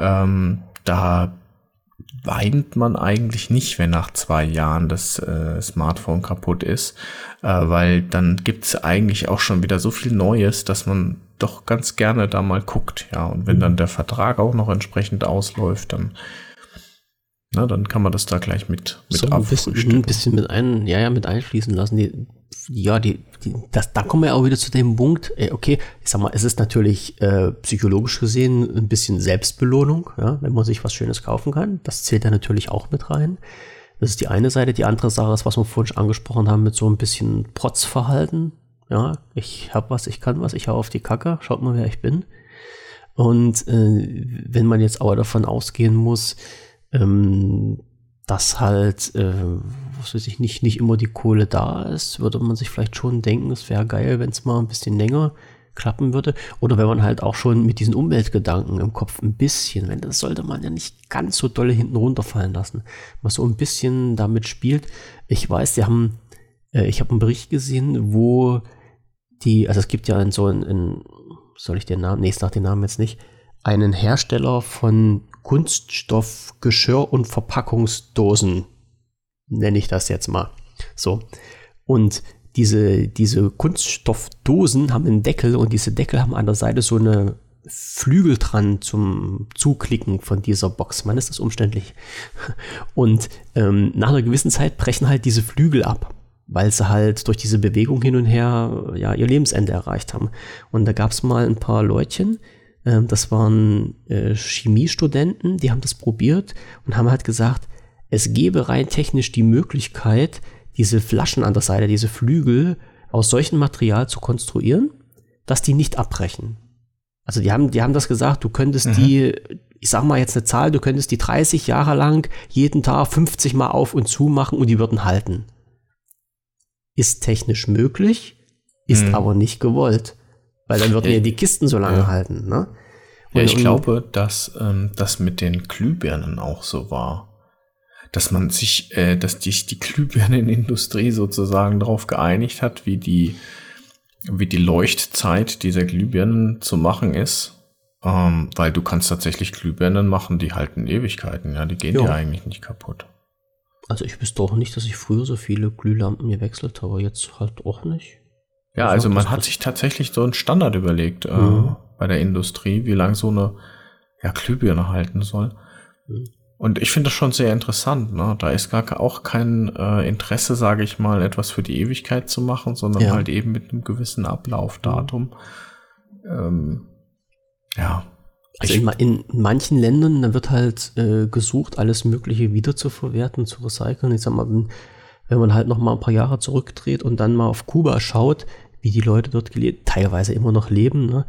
da weint man eigentlich nicht, wenn nach 2 Jahren das Smartphone kaputt ist, weil dann gibt's eigentlich auch schon wieder so viel Neues, dass man doch ganz gerne da mal guckt, ja. Und wenn dann der Vertrag auch noch entsprechend ausläuft, dann kann man das da gleich mit so ein bisschen mit einfließen lassen. Da kommen wir auch wieder zu dem Punkt, okay, ich sag mal, es ist natürlich psychologisch gesehen ein bisschen Selbstbelohnung, ja, wenn man sich was Schönes kaufen kann. Das zählt da natürlich auch mit rein. Das ist die eine Seite. Die andere Sache ist, was wir vorhin schon angesprochen haben, mit so ein bisschen Protzverhalten. Ja, ich habe was, ich kann was, ich hau auf die Kacke, schaut mal, wer ich bin. Und wenn man jetzt aber davon ausgehen muss, dass halt, was weiß ich, nicht immer die Kohle da ist, würde man sich vielleicht schon denken, es wäre geil, wenn es mal ein bisschen länger klappen würde. Oder wenn man halt auch schon mit diesen Umweltgedanken im Kopf ein bisschen, wenn das sollte man ja nicht ganz so dolle hinten runterfallen lassen, mal so ein bisschen damit spielt. Ich weiß, ich habe einen Bericht gesehen, wo also es gibt ja soll ich den Namen? Nee, ich sag den Namen jetzt nicht. Einen Hersteller von Kunststoffgeschirr und Verpackungsdosen, nenne ich das jetzt mal. So. Und diese Kunststoffdosen haben einen Deckel und diese Deckel haben an der Seite so eine Flügel dran zum Zuklicken von dieser Box. Man ist das umständlich. Und nach einer gewissen Zeit brechen halt diese Flügel ab, weil sie halt durch diese Bewegung hin und her ja ihr Lebensende erreicht haben. Und da gab es mal ein paar Leutchen, das waren Chemiestudenten, die haben das probiert und haben halt gesagt, es gäbe rein technisch die Möglichkeit, diese Flaschen an der Seite, diese Flügel aus solchem Material zu konstruieren, dass die nicht abbrechen. Also die haben das gesagt, du könntest ich sag mal jetzt eine Zahl, du könntest die 30 Jahre lang jeden Tag 50 Mal auf und zu machen und die würden halten. Ist technisch möglich, ist aber nicht gewollt. Weil dann würden ja die Kisten so lange halten. Ne? Ich glaube, dass das mit den Glühbirnen auch so war. Dass sich die Glühbirnenindustrie sozusagen darauf geeinigt hat, wie die Leuchtzeit dieser Glühbirnen zu machen ist. Weil du kannst tatsächlich Glühbirnen machen, die halten Ewigkeiten. Ja, die gehen dir eigentlich nicht kaputt. Also ich wüsste auch nicht, dass ich früher so viele Glühlampen gewechselt habe, jetzt halt auch nicht. Ja, also man hat sich tatsächlich so einen Standard überlegt bei der Industrie, wie lange so eine Glühbirne halten soll. Und ich finde das schon sehr interessant. Ne? Da ist auch kein Interesse, sage ich mal, etwas für die Ewigkeit zu machen, sondern halt eben mit einem gewissen Ablaufdatum. Also in manchen Ländern, da wird halt gesucht, alles Mögliche wieder zu verwerten, zu recyceln. Ich sag mal, wenn man halt noch mal ein paar Jahre zurückdreht und dann mal auf Kuba schaut, wie die Leute dort teilweise immer noch leben, ne?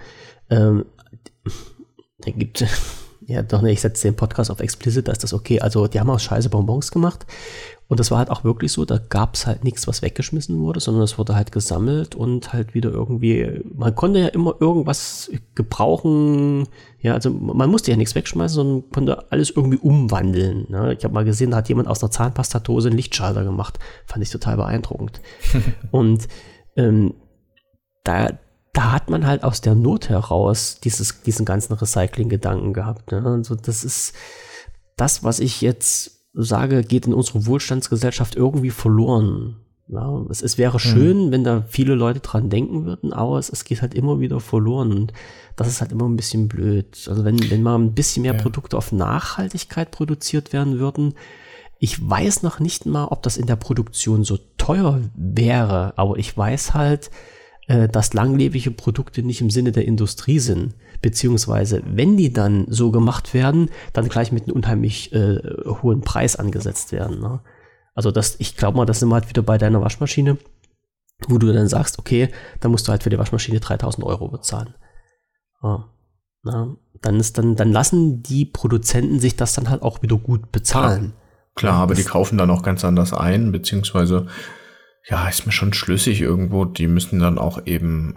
Da gibt ich setze den Podcast auf explicit, da ist das okay. Also die haben auch scheiße Bonbons gemacht und das war halt auch wirklich so, da gab es halt nichts, was weggeschmissen wurde, sondern es wurde halt gesammelt und halt wieder irgendwie, man konnte ja immer irgendwas gebrauchen, ja, also man musste ja nichts wegschmeißen, sondern konnte alles irgendwie umwandeln. Ne? Ich habe mal gesehen, da hat jemand aus einer Zahnpastadose einen Lichtschalter gemacht, fand ich total beeindruckend. Und da hat man halt aus der Not heraus diesen ganzen Recycling-Gedanken gehabt. Ne? Also das ist das, was ich jetzt sage, geht in unserer Wohlstandsgesellschaft irgendwie verloren. Ja, es wäre schön, wenn da viele Leute dran denken würden, aber es geht halt immer wieder verloren. Und das ist halt immer ein bisschen blöd. Also wenn mal ein bisschen mehr Produkte auf Nachhaltigkeit produziert werden würden, ich weiß noch nicht mal, ob das in der Produktion so teuer wäre, aber ich weiß halt, dass langlebige Produkte nicht im Sinne der Industrie sind, beziehungsweise wenn die dann so gemacht werden, dann gleich mit einem unheimlich hohen Preis angesetzt werden. Ne? Also ich glaube mal, das sind wir halt wieder bei deiner Waschmaschine, wo du dann sagst, okay, dann musst du halt für die Waschmaschine 3.000 Euro bezahlen. Ja. Na, dann lassen die Produzenten sich das dann halt auch wieder gut bezahlen. Klar, aber die kaufen dann auch ganz anders ein, beziehungsweise ja, ist mir schon schlüssig irgendwo. Die müssen dann auch eben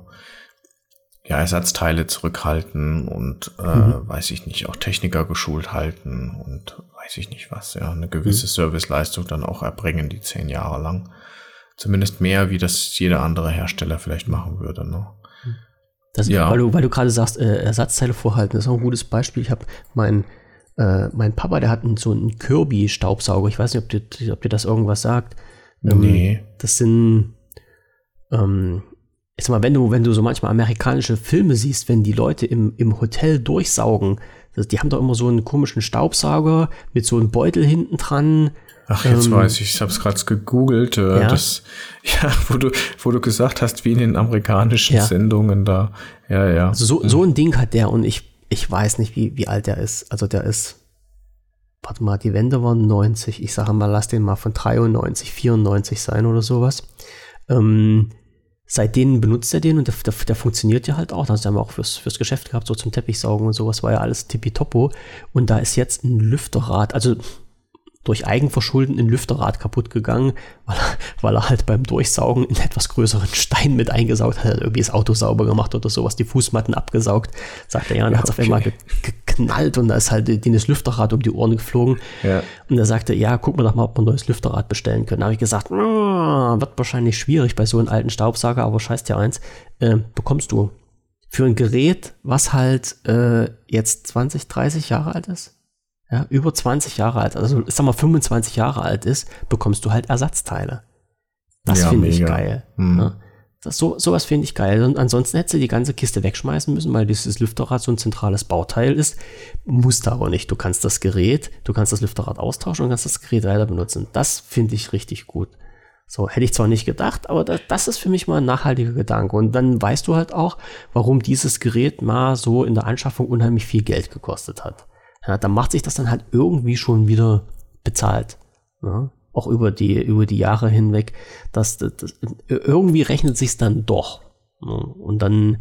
Ersatzteile zurückhalten und weiß ich nicht, auch Techniker geschult halten und weiß ich nicht was. Ja, eine gewisse Serviceleistung dann auch erbringen, die 10 Jahre lang. Zumindest mehr, wie das jeder andere Hersteller vielleicht machen würde. Ne? Weil du gerade sagst, Ersatzteile vorhalten, das ist auch ein gutes Beispiel. Ich habe mein Papa, der hat so einen Kirby-Staubsauger. Ich weiß nicht, ob dir das irgendwas sagt. Nee. Das sind, ich sag mal, wenn du so manchmal amerikanische Filme siehst, wenn die Leute im Hotel durchsaugen, die haben doch immer so einen komischen Staubsauger mit so einem Beutel hinten dran. Ach, jetzt weiß ich habe es gerade gegoogelt. Wo du gesagt hast, wie in den amerikanischen Sendungen da. Ja. Also so ein Ding hat der und ich weiß nicht, wie alt der ist. Also der ist, warte mal, die Wände waren 90. Ich sage mal, lass den mal von 93, 94 sein oder sowas. Seitdem benutzt er den und der funktioniert ja halt auch. Das haben wir auch fürs Geschäft gehabt, so zum Teppichsaugen und sowas, war ja alles tippitoppo. Und da ist jetzt ein Lüfterrad, also durch Eigenverschulden ein Lüfterrad kaputt gegangen, weil er halt beim Durchsaugen einen etwas größeren Stein mit eingesaugt hat, irgendwie das Auto sauber gemacht oder sowas, die Fußmatten abgesaugt, sagt er ja, und dann hat es auf einmal geknallt und da ist halt das Lüfterrad um die Ohren geflogen. Ja. Und er sagte, ja, guck mal doch mal, ob wir ein neues Lüfterrad bestellen können. Da habe ich gesagt, wird wahrscheinlich schwierig bei so einem alten Staubsauger, aber scheiß dir eins, bekommst du für ein Gerät, was halt jetzt 20, 30 Jahre alt ist, ja, über 20 Jahre alt, also ich sag mal 25 Jahre alt ist, bekommst du halt Ersatzteile. Das finde ich geil. Ja. Sowas finde ich geil. Und ansonsten hättest du die ganze Kiste wegschmeißen müssen, weil dieses Lüfterrad so ein zentrales Bauteil ist. Musst aber nicht. Du kannst das Lüfterrad austauschen und kannst das Gerät weiter benutzen. Das finde ich richtig gut. So, hätte ich zwar nicht gedacht, aber das ist für mich mal ein nachhaltiger Gedanke. Und dann weißt du halt auch, warum dieses Gerät mal so in der Anschaffung unheimlich viel Geld gekostet hat. Ja, dann macht sich das dann halt irgendwie schon wieder bezahlt. Ja, auch über die Jahre hinweg. Das irgendwie rechnet sich's dann doch. Ja, und dann,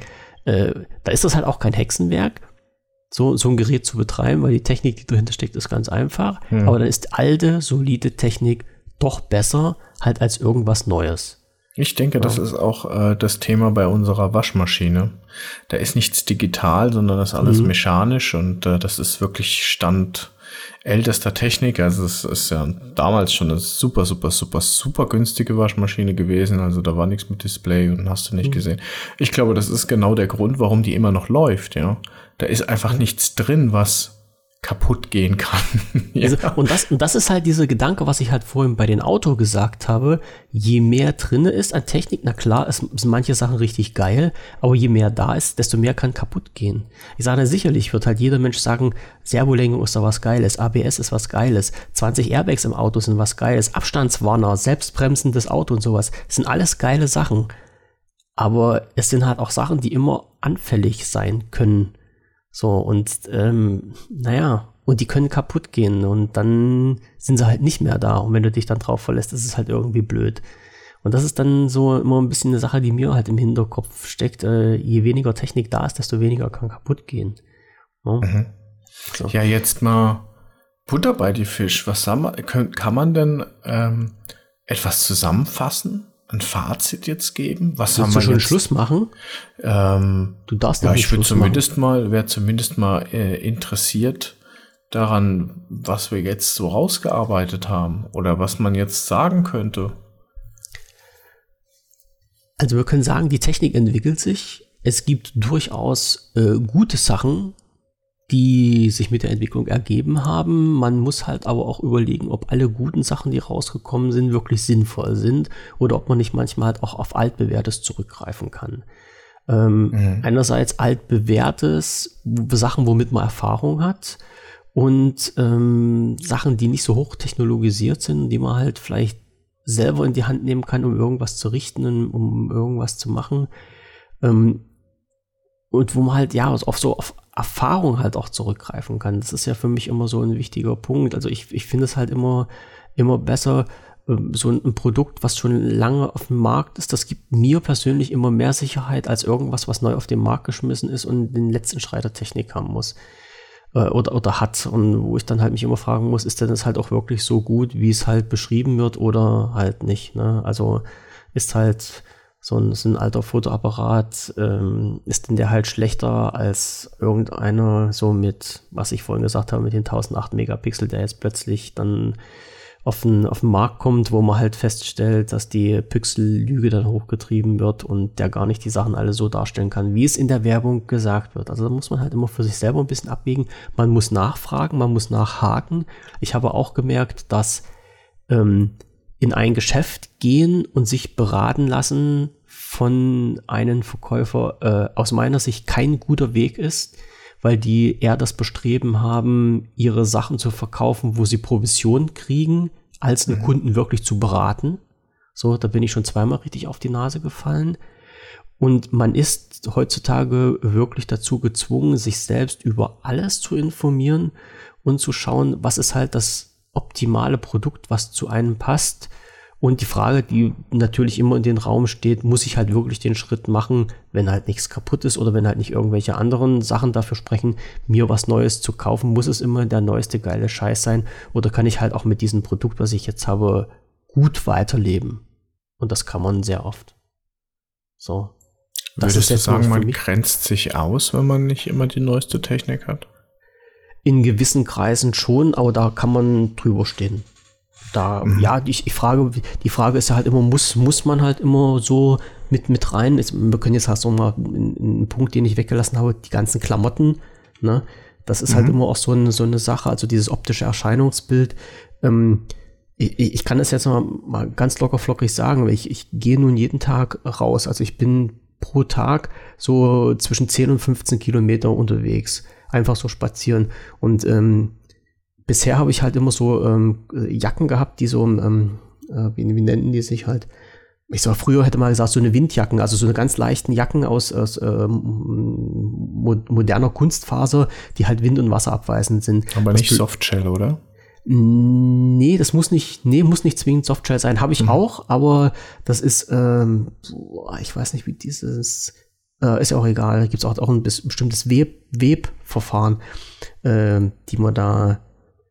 da ist das halt auch kein Hexenwerk, so ein Gerät zu betreiben, weil die Technik, die dahinter steckt, ist ganz einfach. Aber dann ist alte, solide Technik doch besser halt als irgendwas Neues. Ich denke, das ist auch das Thema bei unserer Waschmaschine. Da ist nichts digital, sondern das ist alles mechanisch und das ist wirklich Stand ältester Technik. Also es ist ja damals schon eine super, super, super, super günstige Waschmaschine gewesen. Also da war nichts mit Display und hast du nicht gesehen. Ich glaube, das ist genau der Grund, warum die immer noch läuft. Ja, da ist einfach nichts drin, was kaputt gehen kann. Ja. Und das ist halt dieser Gedanke, was ich halt vorhin bei den Autos gesagt habe. Je mehr drin ist an Technik, na klar, sind manche Sachen richtig geil, aber je mehr da ist, desto mehr kann kaputt gehen. Ich sage, sicherlich wird halt jeder Mensch sagen, Servolenkung ist da was Geiles, ABS ist was Geiles, 20 Airbags im Auto sind was Geiles, Abstandswarner, selbstbremsendes Auto und sowas, das sind alles geile Sachen. Aber es sind halt auch Sachen, die immer anfällig sein können. So, und und die können kaputt gehen und dann sind sie halt nicht mehr da. Und wenn du dich dann drauf verlässt, ist es halt irgendwie blöd. Und das ist dann so immer ein bisschen eine Sache, die mir halt im Hinterkopf steckt. Je weniger Technik da ist, desto weniger kann kaputt gehen. Ja, so. Ja, jetzt mal Butter bei die Fisch. Kann man denn etwas zusammenfassen? Ein Fazit jetzt geben? Was haben wir schon jetzt? Schluss machen? Du darfst ja, ich würde wäre zumindest mal interessiert daran, was wir jetzt so rausgearbeitet haben oder was man jetzt sagen könnte. Also wir können sagen, die Technik entwickelt sich. Es gibt durchaus gute Sachen, die sich mit der Entwicklung ergeben haben. Man muss halt aber auch überlegen, ob alle guten Sachen, die rausgekommen sind, wirklich sinnvoll sind oder ob man nicht manchmal halt auch auf altbewährtes zurückgreifen kann. Einerseits altbewährtes, Sachen, womit man Erfahrung hat und Sachen, die nicht so hochtechnologisiert sind, die man halt vielleicht selber in die Hand nehmen kann, um irgendwas zu richten, um irgendwas zu machen. Und wo man halt auf Erfahrung halt auch zurückgreifen kann. Das ist ja für mich immer so ein wichtiger Punkt. Also ich finde es halt immer besser, so ein Produkt, was schon lange auf dem Markt ist, das gibt mir persönlich immer mehr Sicherheit als irgendwas, was neu auf den Markt geschmissen ist und den letzten Schrei der Technik haben muss. Oder hat. Und wo ich dann halt mich immer fragen muss, ist denn das halt auch wirklich so gut, wie es halt beschrieben wird oder halt nicht, ne? Also ist halt so ein alter Fotoapparat, ist denn der halt schlechter als irgendeiner so mit, was ich vorhin gesagt habe, mit den 1008 Megapixel, der jetzt plötzlich dann auf den Markt kommt, wo man halt feststellt, dass die Pixellüge dann hochgetrieben wird und der gar nicht die Sachen alle so darstellen kann, wie es in der Werbung gesagt wird. Also da muss man halt immer für sich selber ein bisschen abwägen. Man muss nachfragen, man muss nachhaken. Ich habe auch gemerkt, dass in ein Geschäft gehen und sich beraten lassen von einem Verkäufer aus meiner Sicht kein guter Weg ist, weil die eher das Bestreben haben, ihre Sachen zu verkaufen, wo sie Provision kriegen, als einen Kunden wirklich zu beraten. So, da bin ich schon zweimal richtig auf die Nase gefallen. Und man ist heutzutage wirklich dazu gezwungen, sich selbst über alles zu informieren und zu schauen, was ist halt das optimale Produkt, was zu einem passt. Und die Frage, die natürlich immer in den Raum steht, muss ich halt wirklich den Schritt machen, wenn halt nichts kaputt ist oder wenn halt nicht irgendwelche anderen Sachen dafür sprechen, mir was Neues zu kaufen, muss es immer der neueste geile Scheiß sein oder kann ich halt auch mit diesem Produkt, was ich jetzt habe, gut weiterleben? Und das kann man sehr oft. So. Würdest du sagen, man grenzt sich aus, wenn man nicht immer die neueste Technik hat? In gewissen Kreisen schon, aber da kann man drüber stehen. Ja, die Frage ist ja halt immer, muss man halt immer so mit rein? Wir können jetzt halt so mal einen Punkt, den ich weggelassen habe, die ganzen Klamotten, ne? Das ist halt immer auch so eine Sache, also dieses optische Erscheinungsbild. Ich kann das jetzt mal ganz locker flockig sagen, weil ich gehe nun jeden Tag raus. Also ich bin pro Tag so zwischen 10 und 15 Kilometer unterwegs. Einfach so spazieren. Und bisher habe ich halt immer so Jacken gehabt, die so, wie nennen die sich halt? Ich sag, früher hätte man gesagt, so eine Windjacken, also so eine ganz leichten Jacken aus moderner Kunstfaser, die halt wind- und wasserabweisend sind. Aber nicht Softshell, oder? Nee, muss nicht zwingend Softshell sein. Habe ich auch, aber das ist, ich weiß nicht, wie dieses, ist ja auch egal. Da gibt es auch ein bestimmtes Webverfahren, die man da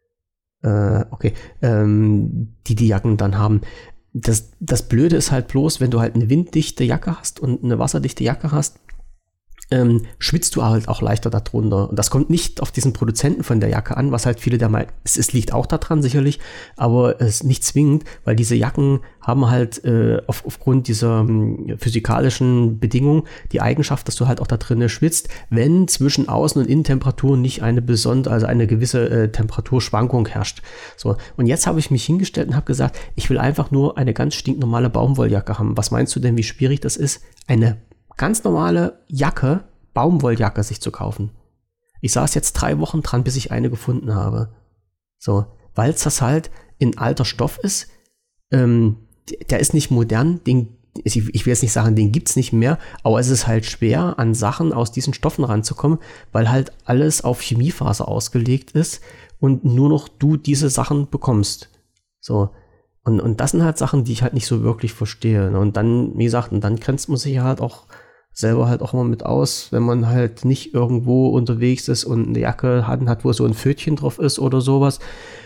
die Jacken dann haben. Das Blöde ist halt bloß, wenn du halt eine winddichte Jacke hast und eine wasserdichte Jacke hast, schwitzt du halt auch leichter darunter. Und das kommt nicht auf diesen Produzenten von der Jacke an, was halt viele der meinen, es liegt auch daran sicherlich, aber es ist nicht zwingend, weil diese Jacken haben halt aufgrund dieser physikalischen Bedingung die Eigenschaft, dass du halt auch da drinnen schwitzt, wenn zwischen Außen- und Innentemperatur nicht eine gewisse Temperaturschwankung herrscht. So, und jetzt habe ich mich hingestellt und habe gesagt, ich will einfach nur eine ganz stinknormale Baumwolljacke haben. Was meinst du denn, wie schwierig das ist, eine ganz normale Jacke, Baumwolljacke sich zu kaufen? Ich saß jetzt 3 Wochen dran, bis ich eine gefunden habe. So, weil es das halt in alter Stoff ist, der ist nicht modern, ich will jetzt nicht sagen, den gibt's nicht mehr, aber es ist halt schwer, an Sachen aus diesen Stoffen ranzukommen, weil halt alles auf Chemiefaser ausgelegt ist und nur noch du diese Sachen bekommst. So. Und das sind halt Sachen, die ich halt nicht so wirklich verstehe. Und dann, wie gesagt, dann grenzt man sich halt auch selber halt auch mal mit aus, wenn man halt nicht irgendwo unterwegs ist und eine Jacke hat, wo so ein Pfötchen drauf ist oder sowas.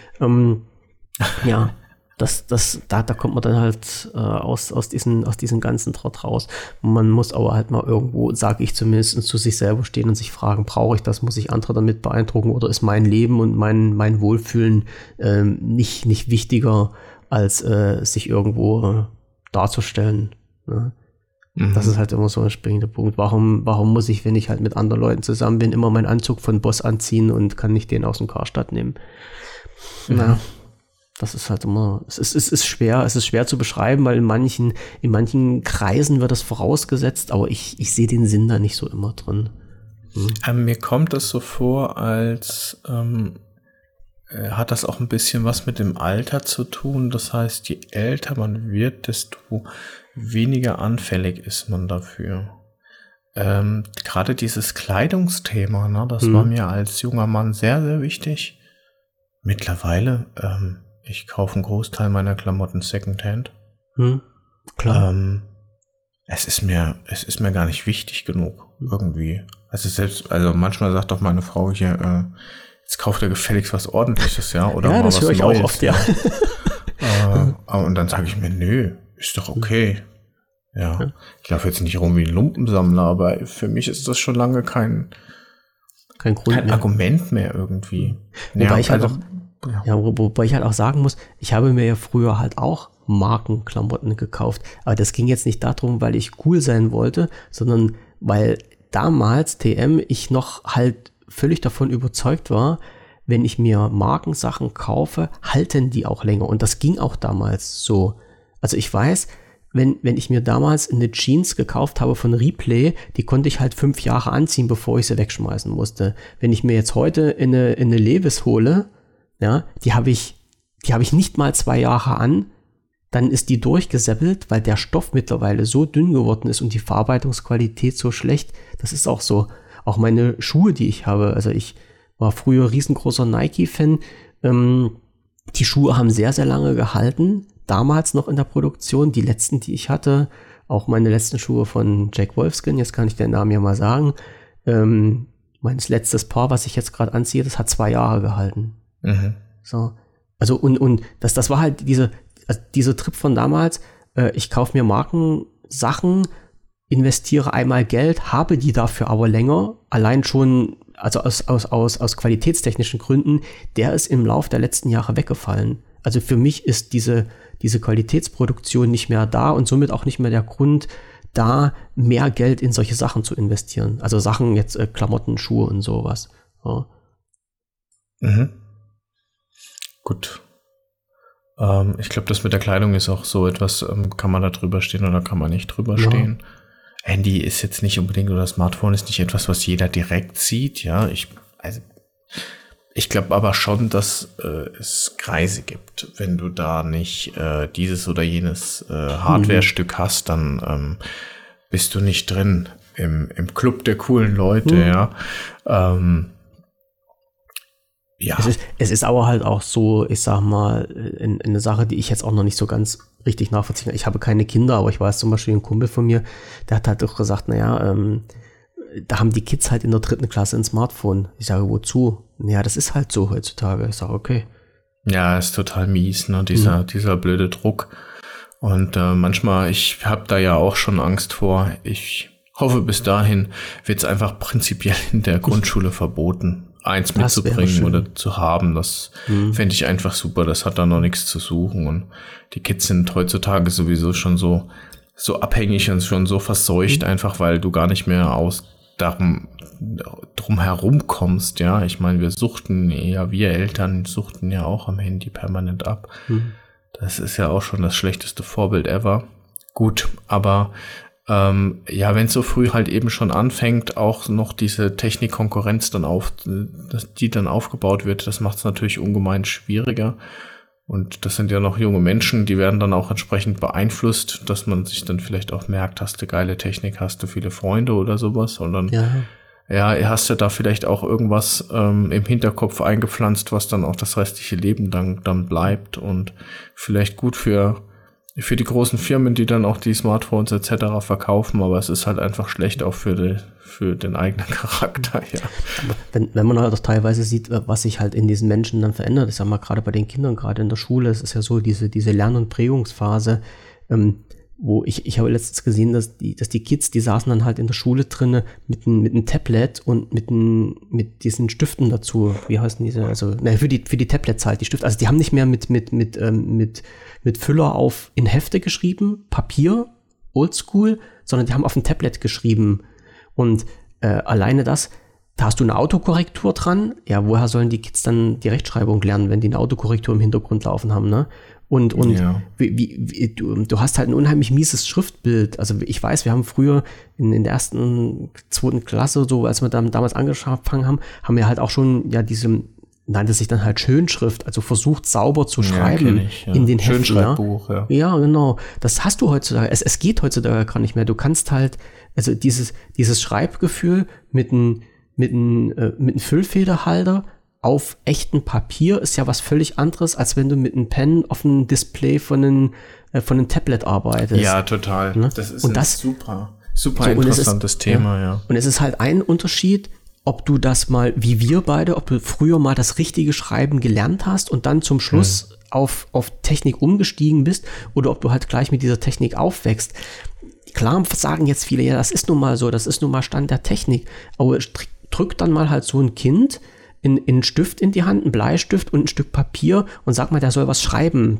Ja, da kommt man dann halt aus diesen ganzen Trott raus. Man muss aber halt mal irgendwo, sage ich zumindest, zu sich selber stehen und sich fragen, brauche ich das, muss ich andere damit beeindrucken oder ist mein Leben und mein Wohlfühlen nicht wichtiger, als sich irgendwo darzustellen, ne? Das ist halt immer so ein springender Punkt. Warum muss ich, wenn ich halt mit anderen Leuten zusammen bin, immer meinen Anzug von Boss anziehen und kann nicht den aus dem Karstadt nehmen? Na, das ist halt immer, es ist schwer zu beschreiben, weil in manchen Kreisen wird das vorausgesetzt, aber ich sehe den Sinn da nicht so immer drin. Mir kommt das so vor, als hat das auch ein bisschen was mit dem Alter zu tun. Das heißt, je älter man wird, desto weniger anfällig ist man dafür. Gerade dieses Kleidungsthema, ne, das war mir als junger Mann sehr, sehr wichtig. Mittlerweile, ich kaufe einen Großteil meiner Klamotten Secondhand. Klar. Es ist mir gar nicht wichtig genug, irgendwie. Also manchmal sagt doch meine Frau hier, jetzt kauft er gefälligst was Ordentliches, ja, oder ja, mal das was höre ich Neues, auch oft, ja. Und dann sage ich mir, nö, ist doch okay. Ja, ich laufe jetzt nicht rum wie ein Lumpensammler, aber für mich ist das schon lange kein Grund mehr. Argument mehr irgendwie. Wobei ich halt auch sagen muss, ich habe mir ja früher halt auch Markenklamotten gekauft. Aber das ging jetzt nicht darum, weil ich cool sein wollte, sondern weil damals TM ich noch halt völlig davon überzeugt war, wenn ich mir Markensachen kaufe, halten die auch länger. Und das ging auch damals so. Also ich weiß, wenn ich mir damals eine Jeans gekauft habe von Replay, die konnte ich halt 5 Jahre anziehen, bevor ich sie wegschmeißen musste. Wenn ich mir jetzt heute in eine Levi's hole, ja, die habe ich nicht mal 2 Jahre an, dann ist die durchgesäppelt, weil der Stoff mittlerweile so dünn geworden ist und die Verarbeitungsqualität so schlecht. Das ist auch so. Auch meine Schuhe, die ich habe, also ich war früher riesengroßer Nike-Fan. Die Schuhe haben sehr, sehr lange gehalten. Damals noch in der Produktion. Die letzten, die ich hatte, auch meine letzten Schuhe von Jack Wolfskin, jetzt kann ich den Namen ja mal sagen. Mein letztes Paar, was ich jetzt gerade anziehe, das hat 2 Jahre gehalten. So. Also und das war halt dieser Trip von damals. Ich kaufe mir Markensachen, investiere einmal Geld, habe die dafür aber länger, allein schon, also aus qualitätstechnischen Gründen, der ist im Lauf der letzten Jahre weggefallen. Also für mich ist diese Qualitätsproduktion nicht mehr da und somit auch nicht mehr der Grund, da mehr Geld in solche Sachen zu investieren. Also Sachen jetzt, Klamotten, Schuhe und sowas. Ja. Gut. Ich glaube, das mit der Kleidung ist auch so etwas, kann man da drüber stehen oder kann man nicht drüber stehen. Handy ist jetzt nicht unbedingt, oder Smartphone ist nicht etwas, was jeder direkt sieht, ja. Ich glaube aber schon, dass es Kreise gibt. Wenn du da nicht dieses oder jenes Hardware-Stück hast, dann bist du nicht drin im Club der coolen Leute, ja. Ja. Es ist aber halt auch so, ich sag mal, eine Sache, die ich jetzt auch noch nicht so ganz richtig nachvollziehen kann. Ich habe keine Kinder, aber ich weiß zum Beispiel, ein Kumpel von mir, der hat halt auch gesagt, naja, da haben die Kids halt in der 3. Klasse ein Smartphone. Ich sage, wozu? Ja, das ist halt so heutzutage. Ich sage, okay. Ja, ist total mies, ne, dieser blöde Druck. Und manchmal, ich habe da ja auch schon Angst vor. Ich hoffe, bis dahin wird es einfach prinzipiell in der Grundschule verboten, eins mitzubringen oder zu haben. Das fände ich einfach super. Das hat da noch nichts zu suchen. Und die Kids sind heutzutage sowieso schon so abhängig und schon so verseucht, einfach weil du gar nicht mehr drum herum kommst. Ja, ich meine, wir Eltern suchten ja auch am Handy permanent ab. Das ist ja auch schon das schlechteste Vorbild ever. Gut, aber wenn es so früh halt eben schon anfängt, auch noch diese Technikkonkurrenz die dann aufgebaut wird, das macht es natürlich ungemein schwieriger. Und das sind ja noch junge Menschen, die werden dann auch entsprechend beeinflusst, dass man sich dann vielleicht auch merkt, hast du geile Technik, hast du viele Freunde oder sowas. Und dann hast du da vielleicht auch irgendwas im Hinterkopf eingepflanzt, was dann auch das restliche Leben dann bleibt und vielleicht gut für die großen Firmen, die dann auch die Smartphones etc. verkaufen, aber es ist halt einfach schlecht auch für den eigenen Charakter, ja. Aber wenn man halt auch teilweise sieht, was sich halt in diesen Menschen dann verändert, ich sag mal, gerade bei den Kindern, gerade in der Schule, es ist ja so diese Lern- und Prägungsphase, wo ich habe letztens gesehen, dass die Kids, die saßen dann halt in der Schule drinne mit einem Tablet und mit diesen Stiften dazu. Wie heißen diese? Also, für die Tablets halt, die Stifte. Also die haben nicht mehr mit Füller in Hefte geschrieben, Papier, oldschool, sondern die haben auf dem Tablet geschrieben. Und alleine das, da hast du eine Autokorrektur dran. Ja, woher sollen die Kids dann die Rechtschreibung lernen, wenn die eine Autokorrektur im Hintergrund laufen haben, ne? Und du hast halt ein unheimlich mieses Schriftbild. Also ich weiß, wir haben früher in der ersten, zweiten Klasse, so als wir dann damals angefangen haben, haben wir halt auch schon nannte sich dann halt Schönschrift, also versucht sauber zu schreiben in den Heften. Schönschreibbuch, ja. Ja, genau. Das hast du heutzutage. Es geht heutzutage gar nicht mehr. Du kannst halt, also dieses Schreibgefühl mit einem Füllfederhalter auf echtem Papier ist ja was völlig anderes, als wenn du mit einem Pen auf einem Display von einem Tablet arbeitest. Ja, total. Ne? Das ist super so, interessantes Thema, ja. Und es ist halt ein Unterschied, ob du das mal, wie wir beide, ob du früher mal das richtige Schreiben gelernt hast und dann zum Schluss auf Technik umgestiegen bist oder ob du halt gleich mit dieser Technik aufwächst. Klar sagen jetzt viele, ja, das ist nun mal so, das ist nun mal Stand der Technik, aber drück dann mal halt so ein Kind einen Stift in die Hand, einen Bleistift und ein Stück Papier und sag mal, der soll was schreiben.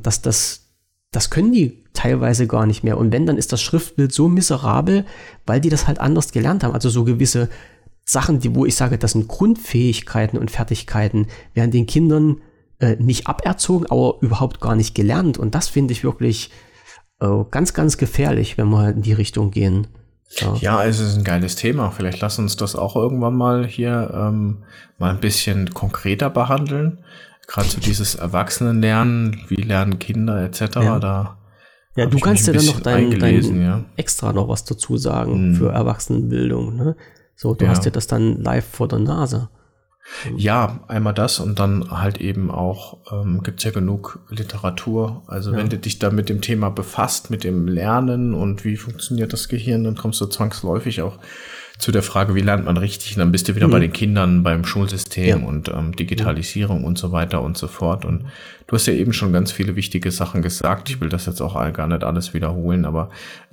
Das können die teilweise gar nicht mehr. Und wenn, dann ist das Schriftbild so miserabel, weil die das halt anders gelernt haben. Also so gewisse Sachen, wo ich sage, das sind Grundfähigkeiten und Fertigkeiten, werden den Kindern nicht aberzogen, aber überhaupt gar nicht gelernt. Und das finde ich wirklich ganz, ganz gefährlich, wenn wir halt in die Richtung gehen. Ja, es ist ein geiles Thema. Vielleicht lass uns das auch irgendwann mal hier mal ein bisschen konkreter behandeln. Gerade so dieses Erwachsenenlernen, wie lernen Kinder etc. Da du kannst ja dann noch dein extra noch was dazu sagen für Erwachsenenbildung. Ne? So, du hast ja das dann live vor der Nase. Ja, einmal das und dann halt eben auch, gibt's ja genug Literatur. Also wenn du dich da mit dem Thema befasst, mit dem Lernen und wie funktioniert das Gehirn, dann kommst du zwangsläufig auch zu der Frage, wie lernt man richtig? Und dann bist du wieder bei den Kindern, beim Schulsystem und Digitalisierung und so weiter und so fort. Und du hast ja eben schon ganz viele wichtige Sachen gesagt. Ich will das jetzt auch gar nicht alles wiederholen, aber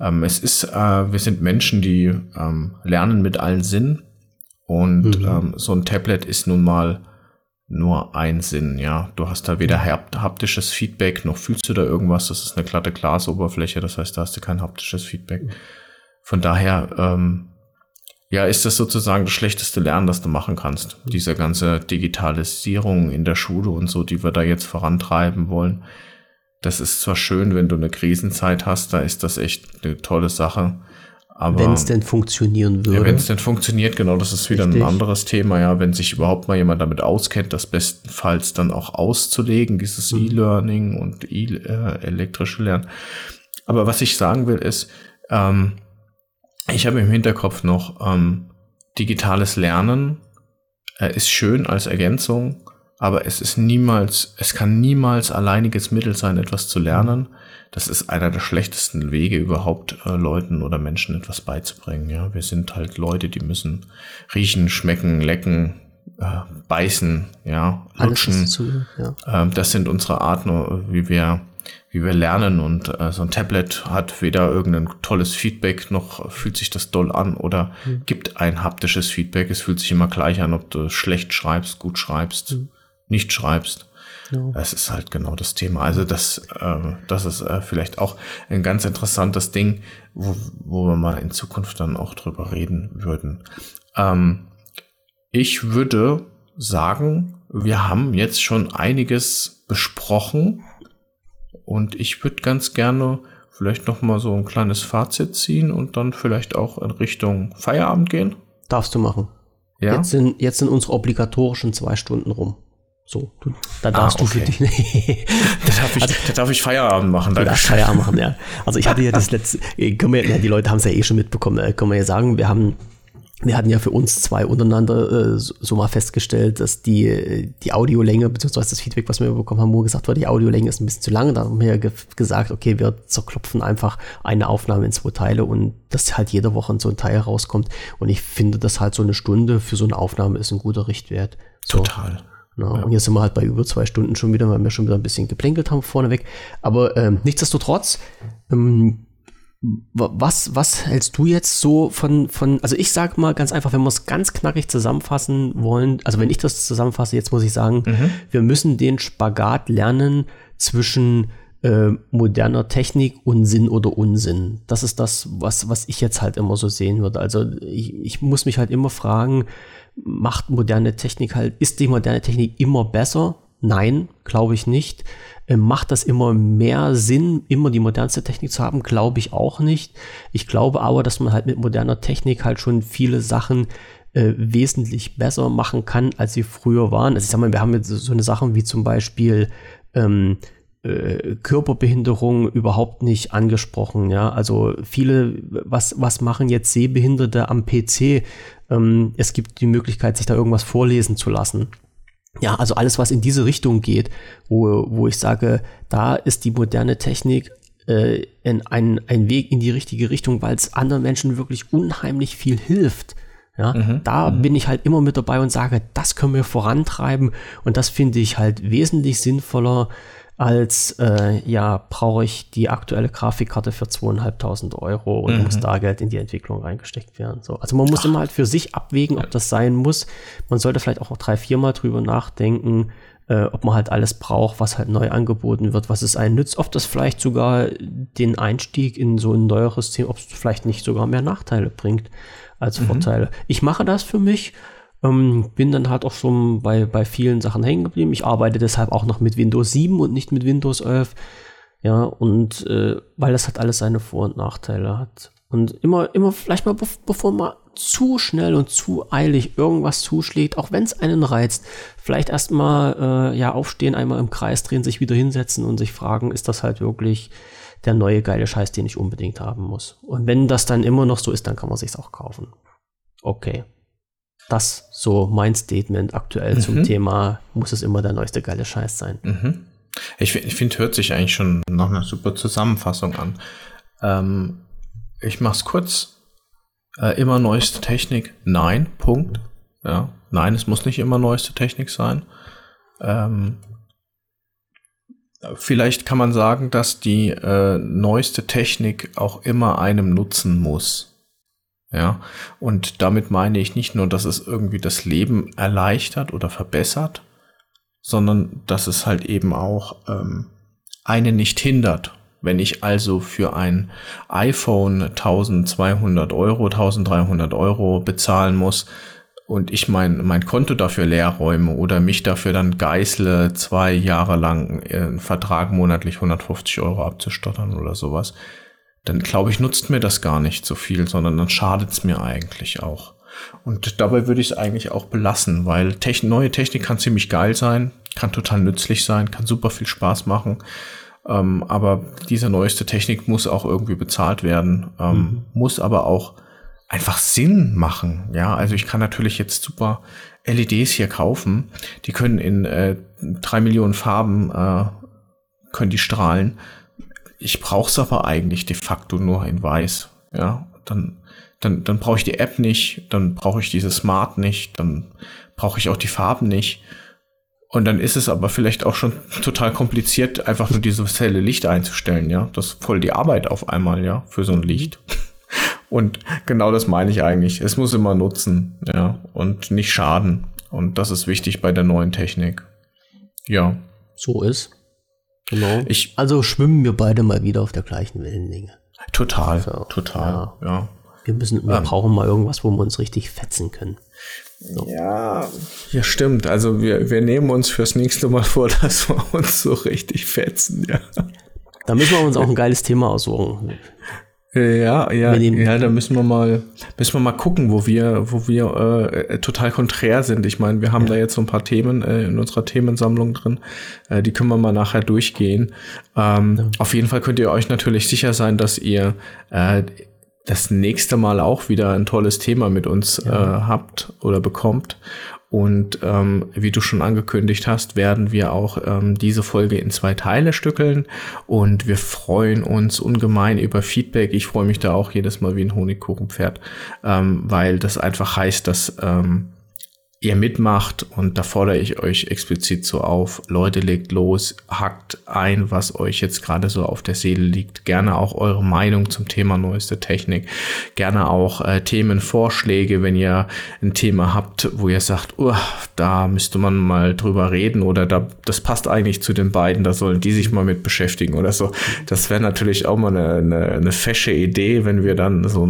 wir sind Menschen, die lernen mit allen Sinnen. Und so ein Tablet ist nun mal nur ein Sinn, ja. Du hast da weder haptisches Feedback, noch fühlst du da irgendwas. Das ist eine glatte Glasoberfläche, das heißt, da hast du kein haptisches Feedback. Von daher, ist das sozusagen das schlechteste Lernen, das du machen kannst. Diese ganze Digitalisierung in der Schule und so, die wir da jetzt vorantreiben wollen. Das ist zwar schön, wenn du eine Krisenzeit hast, da ist das echt eine tolle Sache. Wenn es denn funktionieren würde. Ja, wenn es denn funktioniert, genau, das ist wieder ein anderes Thema, ja, wenn sich überhaupt mal jemand damit auskennt, das bestenfalls dann auch auszulegen, dieses E-Learning und elektrische Lernen. Aber was ich sagen will ist, ich habe im Hinterkopf noch, digitales Lernen ist schön als Ergänzung, aber es kann niemals alleiniges Mittel sein, etwas zu lernen. Das ist einer der schlechtesten Wege überhaupt, Leuten oder Menschen etwas beizubringen. Ja, wir sind halt Leute, die müssen riechen, schmecken, lecken, beißen, ja, lutschen. Das sind unsere Arten, wie wir lernen. Und so ein Tablet hat weder irgendein tolles Feedback, noch fühlt sich das doll an oder gibt ein haptisches Feedback. Es fühlt sich immer gleich an, ob du schlecht schreibst, gut schreibst, nicht schreibst. Das ist halt genau das Thema. Also das ist vielleicht auch ein ganz interessantes Ding, wo wir mal in Zukunft dann auch drüber reden würden. Ich würde sagen, wir haben jetzt schon einiges besprochen und ich würde ganz gerne vielleicht noch mal so ein kleines Fazit ziehen und dann vielleicht auch in Richtung Feierabend gehen. Darfst du machen. Ja? Jetzt sind unsere obligatorischen 2 Stunden rum. So, da darfst du für dich. Da darf ich Feierabend machen. Du darfst Feierabend machen, ja. Also ich hatte ja das letzte, die Leute haben es ja schon mitbekommen, können wir ja sagen, wir hatten ja für uns 2 untereinander so mal festgestellt, dass die Audiolänge, beziehungsweise das Feedback, was wir bekommen haben, wo gesagt wurde, die Audiolänge ist ein bisschen zu lang. Da haben wir ja gesagt, okay, wir zerklopfen einfach eine Aufnahme in 2 Teile und dass halt jede Woche so ein Teil rauskommt. Und ich finde, dass halt so eine Stunde für so eine Aufnahme ist ein guter Richtwert. So. Total. Ja, und jetzt sind wir halt bei über 2 Stunden schon wieder, weil wir schon wieder ein bisschen geplänkelt haben vorneweg. Aber nichtsdestotrotz, was hältst du jetzt so von, also ich sage mal ganz einfach, wenn wir es ganz knackig zusammenfassen wollen, also wenn ich das zusammenfasse, jetzt muss ich sagen, wir müssen den Spagat lernen zwischen moderner Technik Unsinn oder Unsinn. Das ist das, was ich jetzt halt immer so sehen würde. Also ich muss mich halt immer fragen, ist die moderne Technik immer besser? Nein, glaube ich nicht. Macht das immer mehr Sinn, immer die modernste Technik zu haben? Glaube ich auch nicht. Ich glaube aber, dass man halt mit moderner Technik halt schon viele Sachen wesentlich besser machen kann, als sie früher waren. Also ich sag mal, wir haben jetzt so eine Sachen wie zum Beispiel Körperbehinderung überhaupt nicht angesprochen. Ja, also viele, was machen jetzt Sehbehinderte am PC? Es gibt die Möglichkeit, sich da irgendwas vorlesen zu lassen. Ja, also alles, was in diese Richtung geht, wo ich sage, da ist die moderne Technik ein Weg in die richtige Richtung, weil es anderen Menschen wirklich unheimlich viel hilft. Ja, bin ich halt immer mit dabei und sage, das können wir vorantreiben und das finde ich halt wesentlich sinnvoller als, brauche ich die aktuelle Grafikkarte für 2.500 Euro und muss da Geld in die Entwicklung reingesteckt werden. So, also man muss immer halt für sich abwägen, ob das sein muss. Man sollte vielleicht auch noch 3-4 Mal drüber nachdenken, ob man halt alles braucht, was halt neu angeboten wird, was es einen nützt, ob das vielleicht sogar den Einstieg in so ein neueres System, ob es vielleicht nicht sogar mehr Nachteile bringt als Vorteile. Ich mache das für mich, bin dann halt auch schon bei vielen Sachen hängen geblieben. Ich arbeite deshalb auch noch mit Windows 7 und nicht mit Windows 11. Ja, und weil das halt alles seine Vor- und Nachteile hat. Und immer vielleicht mal, bevor man zu schnell und zu eilig irgendwas zuschlägt, auch wenn es einen reizt, vielleicht erstmal aufstehen, einmal im Kreis drehen, sich wieder hinsetzen und sich fragen, ist das halt wirklich der neue geile Scheiß, den ich unbedingt haben muss. Und wenn das dann immer noch so ist, dann kann man sich's auch kaufen. Okay. Das so mein Statement aktuell zum Thema, muss es immer der neueste geile Scheiß sein. Ich finde, hört sich eigentlich schon nach einer super Zusammenfassung an. Ich mach's kurz. Immer neueste Technik? Nein, Punkt. Ja, nein, es muss nicht immer neueste Technik sein. Vielleicht kann man sagen, dass die neueste Technik auch immer einem nutzen muss. Ja, und damit meine ich nicht nur, dass es irgendwie das Leben erleichtert oder verbessert, sondern dass es halt eben auch einen nicht hindert. Wenn ich also für ein iPhone 1.200 Euro, 1.300 Euro bezahlen muss und ich mein Konto dafür leer räume oder mich dafür dann geißle, 2 Jahre lang einen Vertrag monatlich 150 Euro abzustottern oder sowas, dann glaube ich, nutzt mir das gar nicht so viel, sondern dann schadet es mir eigentlich auch. Und dabei würde ich es eigentlich auch belassen, weil neue Technik kann ziemlich geil sein, kann total nützlich sein, kann super viel Spaß machen. Aber diese neueste Technik muss auch irgendwie bezahlt werden, muss aber auch einfach Sinn machen. Ja, also ich kann natürlich jetzt super LEDs hier kaufen, die können in 3 Millionen Farben können die strahlen. Ich brauche es aber eigentlich de facto nur in weiß. Ja, dann brauche ich die App nicht, dann brauche ich diese Smart nicht, dann brauche ich auch die Farben nicht. Und dann ist es aber vielleicht auch schon total kompliziert, einfach nur dieses helle Licht einzustellen, ja. Das ist voll die Arbeit auf einmal, ja, für so ein Licht. Und genau das meine ich eigentlich. Es muss immer nutzen, ja, und nicht schaden. Und das ist wichtig bei der neuen Technik. Ja. So ist. Genau. Also schwimmen wir beide mal wieder auf der gleichen Wellenlänge. Total, so, total, ja. Wir brauchen mal irgendwas, wo wir uns richtig fetzen können. So. Ja, stimmt. Also wir nehmen uns fürs nächste Mal vor, dass wir uns so richtig fetzen, ja. Da müssen wir uns auch ein geiles Thema aussuchen. Ja, da müssen wir mal gucken, wo wir total konträr sind. Ich meine, wir haben da jetzt so ein paar Themen in unserer Themensammlung drin, die können wir mal nachher durchgehen. Auf jeden Fall könnt ihr euch natürlich sicher sein, dass ihr das nächste Mal auch wieder ein tolles Thema mit uns habt oder bekommt. Und wie du schon angekündigt hast, werden wir auch diese Folge in 2 Teile stückeln. Und wir freuen uns ungemein über Feedback. Ich freue mich da auch jedes Mal wie ein Honigkuchenpferd, weil das einfach heißt, dass ihr mitmacht, und da fordere ich euch explizit so auf, Leute, legt los, hackt ein, was euch jetzt gerade so auf der Seele liegt. Gerne auch eure Meinung zum Thema neueste Technik. Gerne auch Themenvorschläge, wenn ihr ein Thema habt, wo ihr sagt, da müsste man mal drüber reden, oder das passt eigentlich zu den beiden, da sollen die sich mal mit beschäftigen oder so. Das wäre natürlich auch mal eine fesche Idee, wenn wir dann so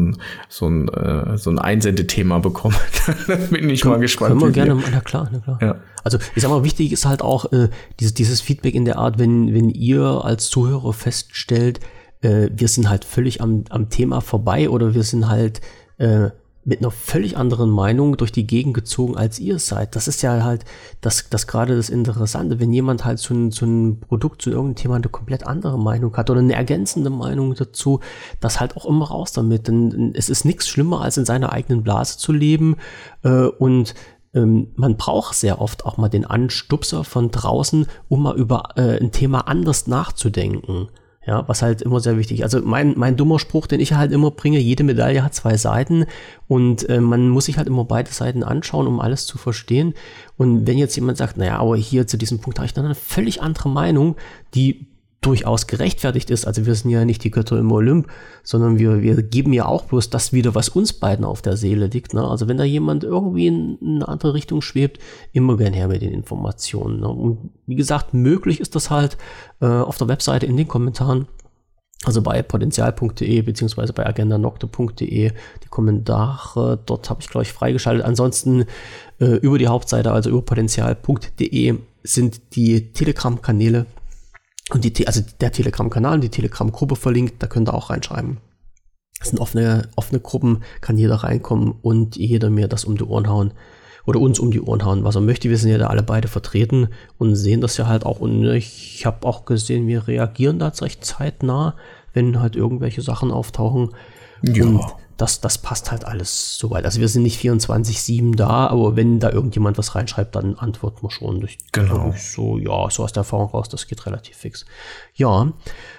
ein Einsendethema bekommen. Da bin ich mal gespannt. Gerne, na klar. Ja. Also ich sag mal, wichtig ist halt auch dieses Feedback in der Art, wenn ihr als Zuhörer feststellt, wir sind halt völlig am Thema vorbei, oder wir sind halt mit einer völlig anderen Meinung durch die Gegend gezogen, als ihr seid. Das ist ja halt das gerade das Interessante, wenn jemand halt zu einem Produkt, zu irgendeinem Thema eine komplett andere Meinung hat oder eine ergänzende Meinung dazu, das halt auch immer raus damit. Denn es ist nichts schlimmer, als in seiner eigenen Blase zu leben, und man braucht sehr oft auch mal den Anstupser von draußen, um mal über ein Thema anders nachzudenken. Ja, was halt immer sehr wichtig ist. Also mein dummer Spruch, den ich halt immer bringe, jede Medaille hat 2 Seiten, und man muss sich halt immer beide Seiten anschauen, um alles zu verstehen. Und wenn jetzt jemand sagt, naja, aber hier zu diesem Punkt habe ich dann eine völlig andere Meinung, die durchaus gerechtfertigt ist. Also wir sind ja nicht die Götter im Olymp, sondern wir geben ja auch bloß das wieder, was uns beiden auf der Seele liegt. Ne? Also wenn da jemand irgendwie in eine andere Richtung schwebt, immer gern her mit den Informationen. Ne? Und wie gesagt, möglich ist das halt auf der Webseite in den Kommentaren. Also bei potenzial.de beziehungsweise bei agendanocte.de die Kommentare, dort habe ich, glaube ich, freigeschaltet. Ansonsten über die Hauptseite, also über potenzial.de sind die Telegram-Kanäle und der Telegram-Kanal und die Telegram-Gruppe verlinkt, da könnt ihr auch reinschreiben. Das sind offene Gruppen, kann jeder reinkommen und jeder mir das um die Ohren hauen oder uns um die Ohren hauen, was er möchte. Wir sind ja da alle beide vertreten und sehen das ja halt auch. Und ich habe auch gesehen, wir reagieren da recht zeitnah, wenn halt irgendwelche Sachen auftauchen. Ja. Und das passt halt alles soweit. Also wir sind nicht 24/7 da, aber wenn da irgendjemand was reinschreibt, dann antworten wir schon. Genau. So aus der Erfahrung raus, das geht relativ fix. Ja,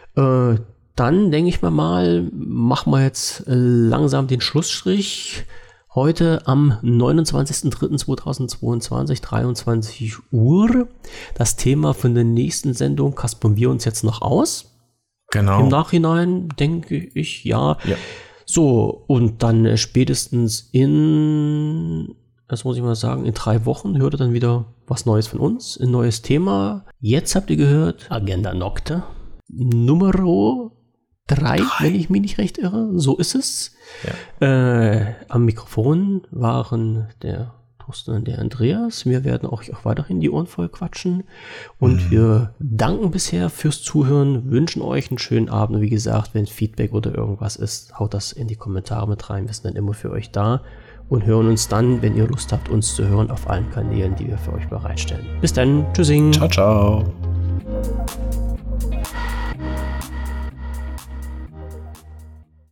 dann denke ich mir mal, machen wir jetzt langsam den Schlussstrich. Heute am 29.03.2022, 23 Uhr. Das Thema von der nächsten Sendung kaspern wir uns jetzt noch aus. Genau. Im Nachhinein denke ich, ja. So, und dann spätestens das muss ich mal sagen, in 3 Wochen hört ihr dann wieder was Neues von uns, ein neues Thema. Jetzt habt ihr gehört, Agenda Nocte, Nummer 3, wenn ich mich nicht recht irre. So ist es. Ja. Am Mikrofon waren der Thorsten und der Andreas. Wir werden euch auch weiterhin die Ohren voll quatschen. Und wir danken bisher fürs Zuhören, wünschen euch einen schönen Abend. Wie gesagt, wenn Feedback oder irgendwas ist, haut das in die Kommentare mit rein. Wir sind dann immer für euch da und hören uns dann, wenn ihr Lust habt, uns zu hören, auf allen Kanälen, die wir für euch bereitstellen. Bis dann. Tschüssing. Ciao, ciao.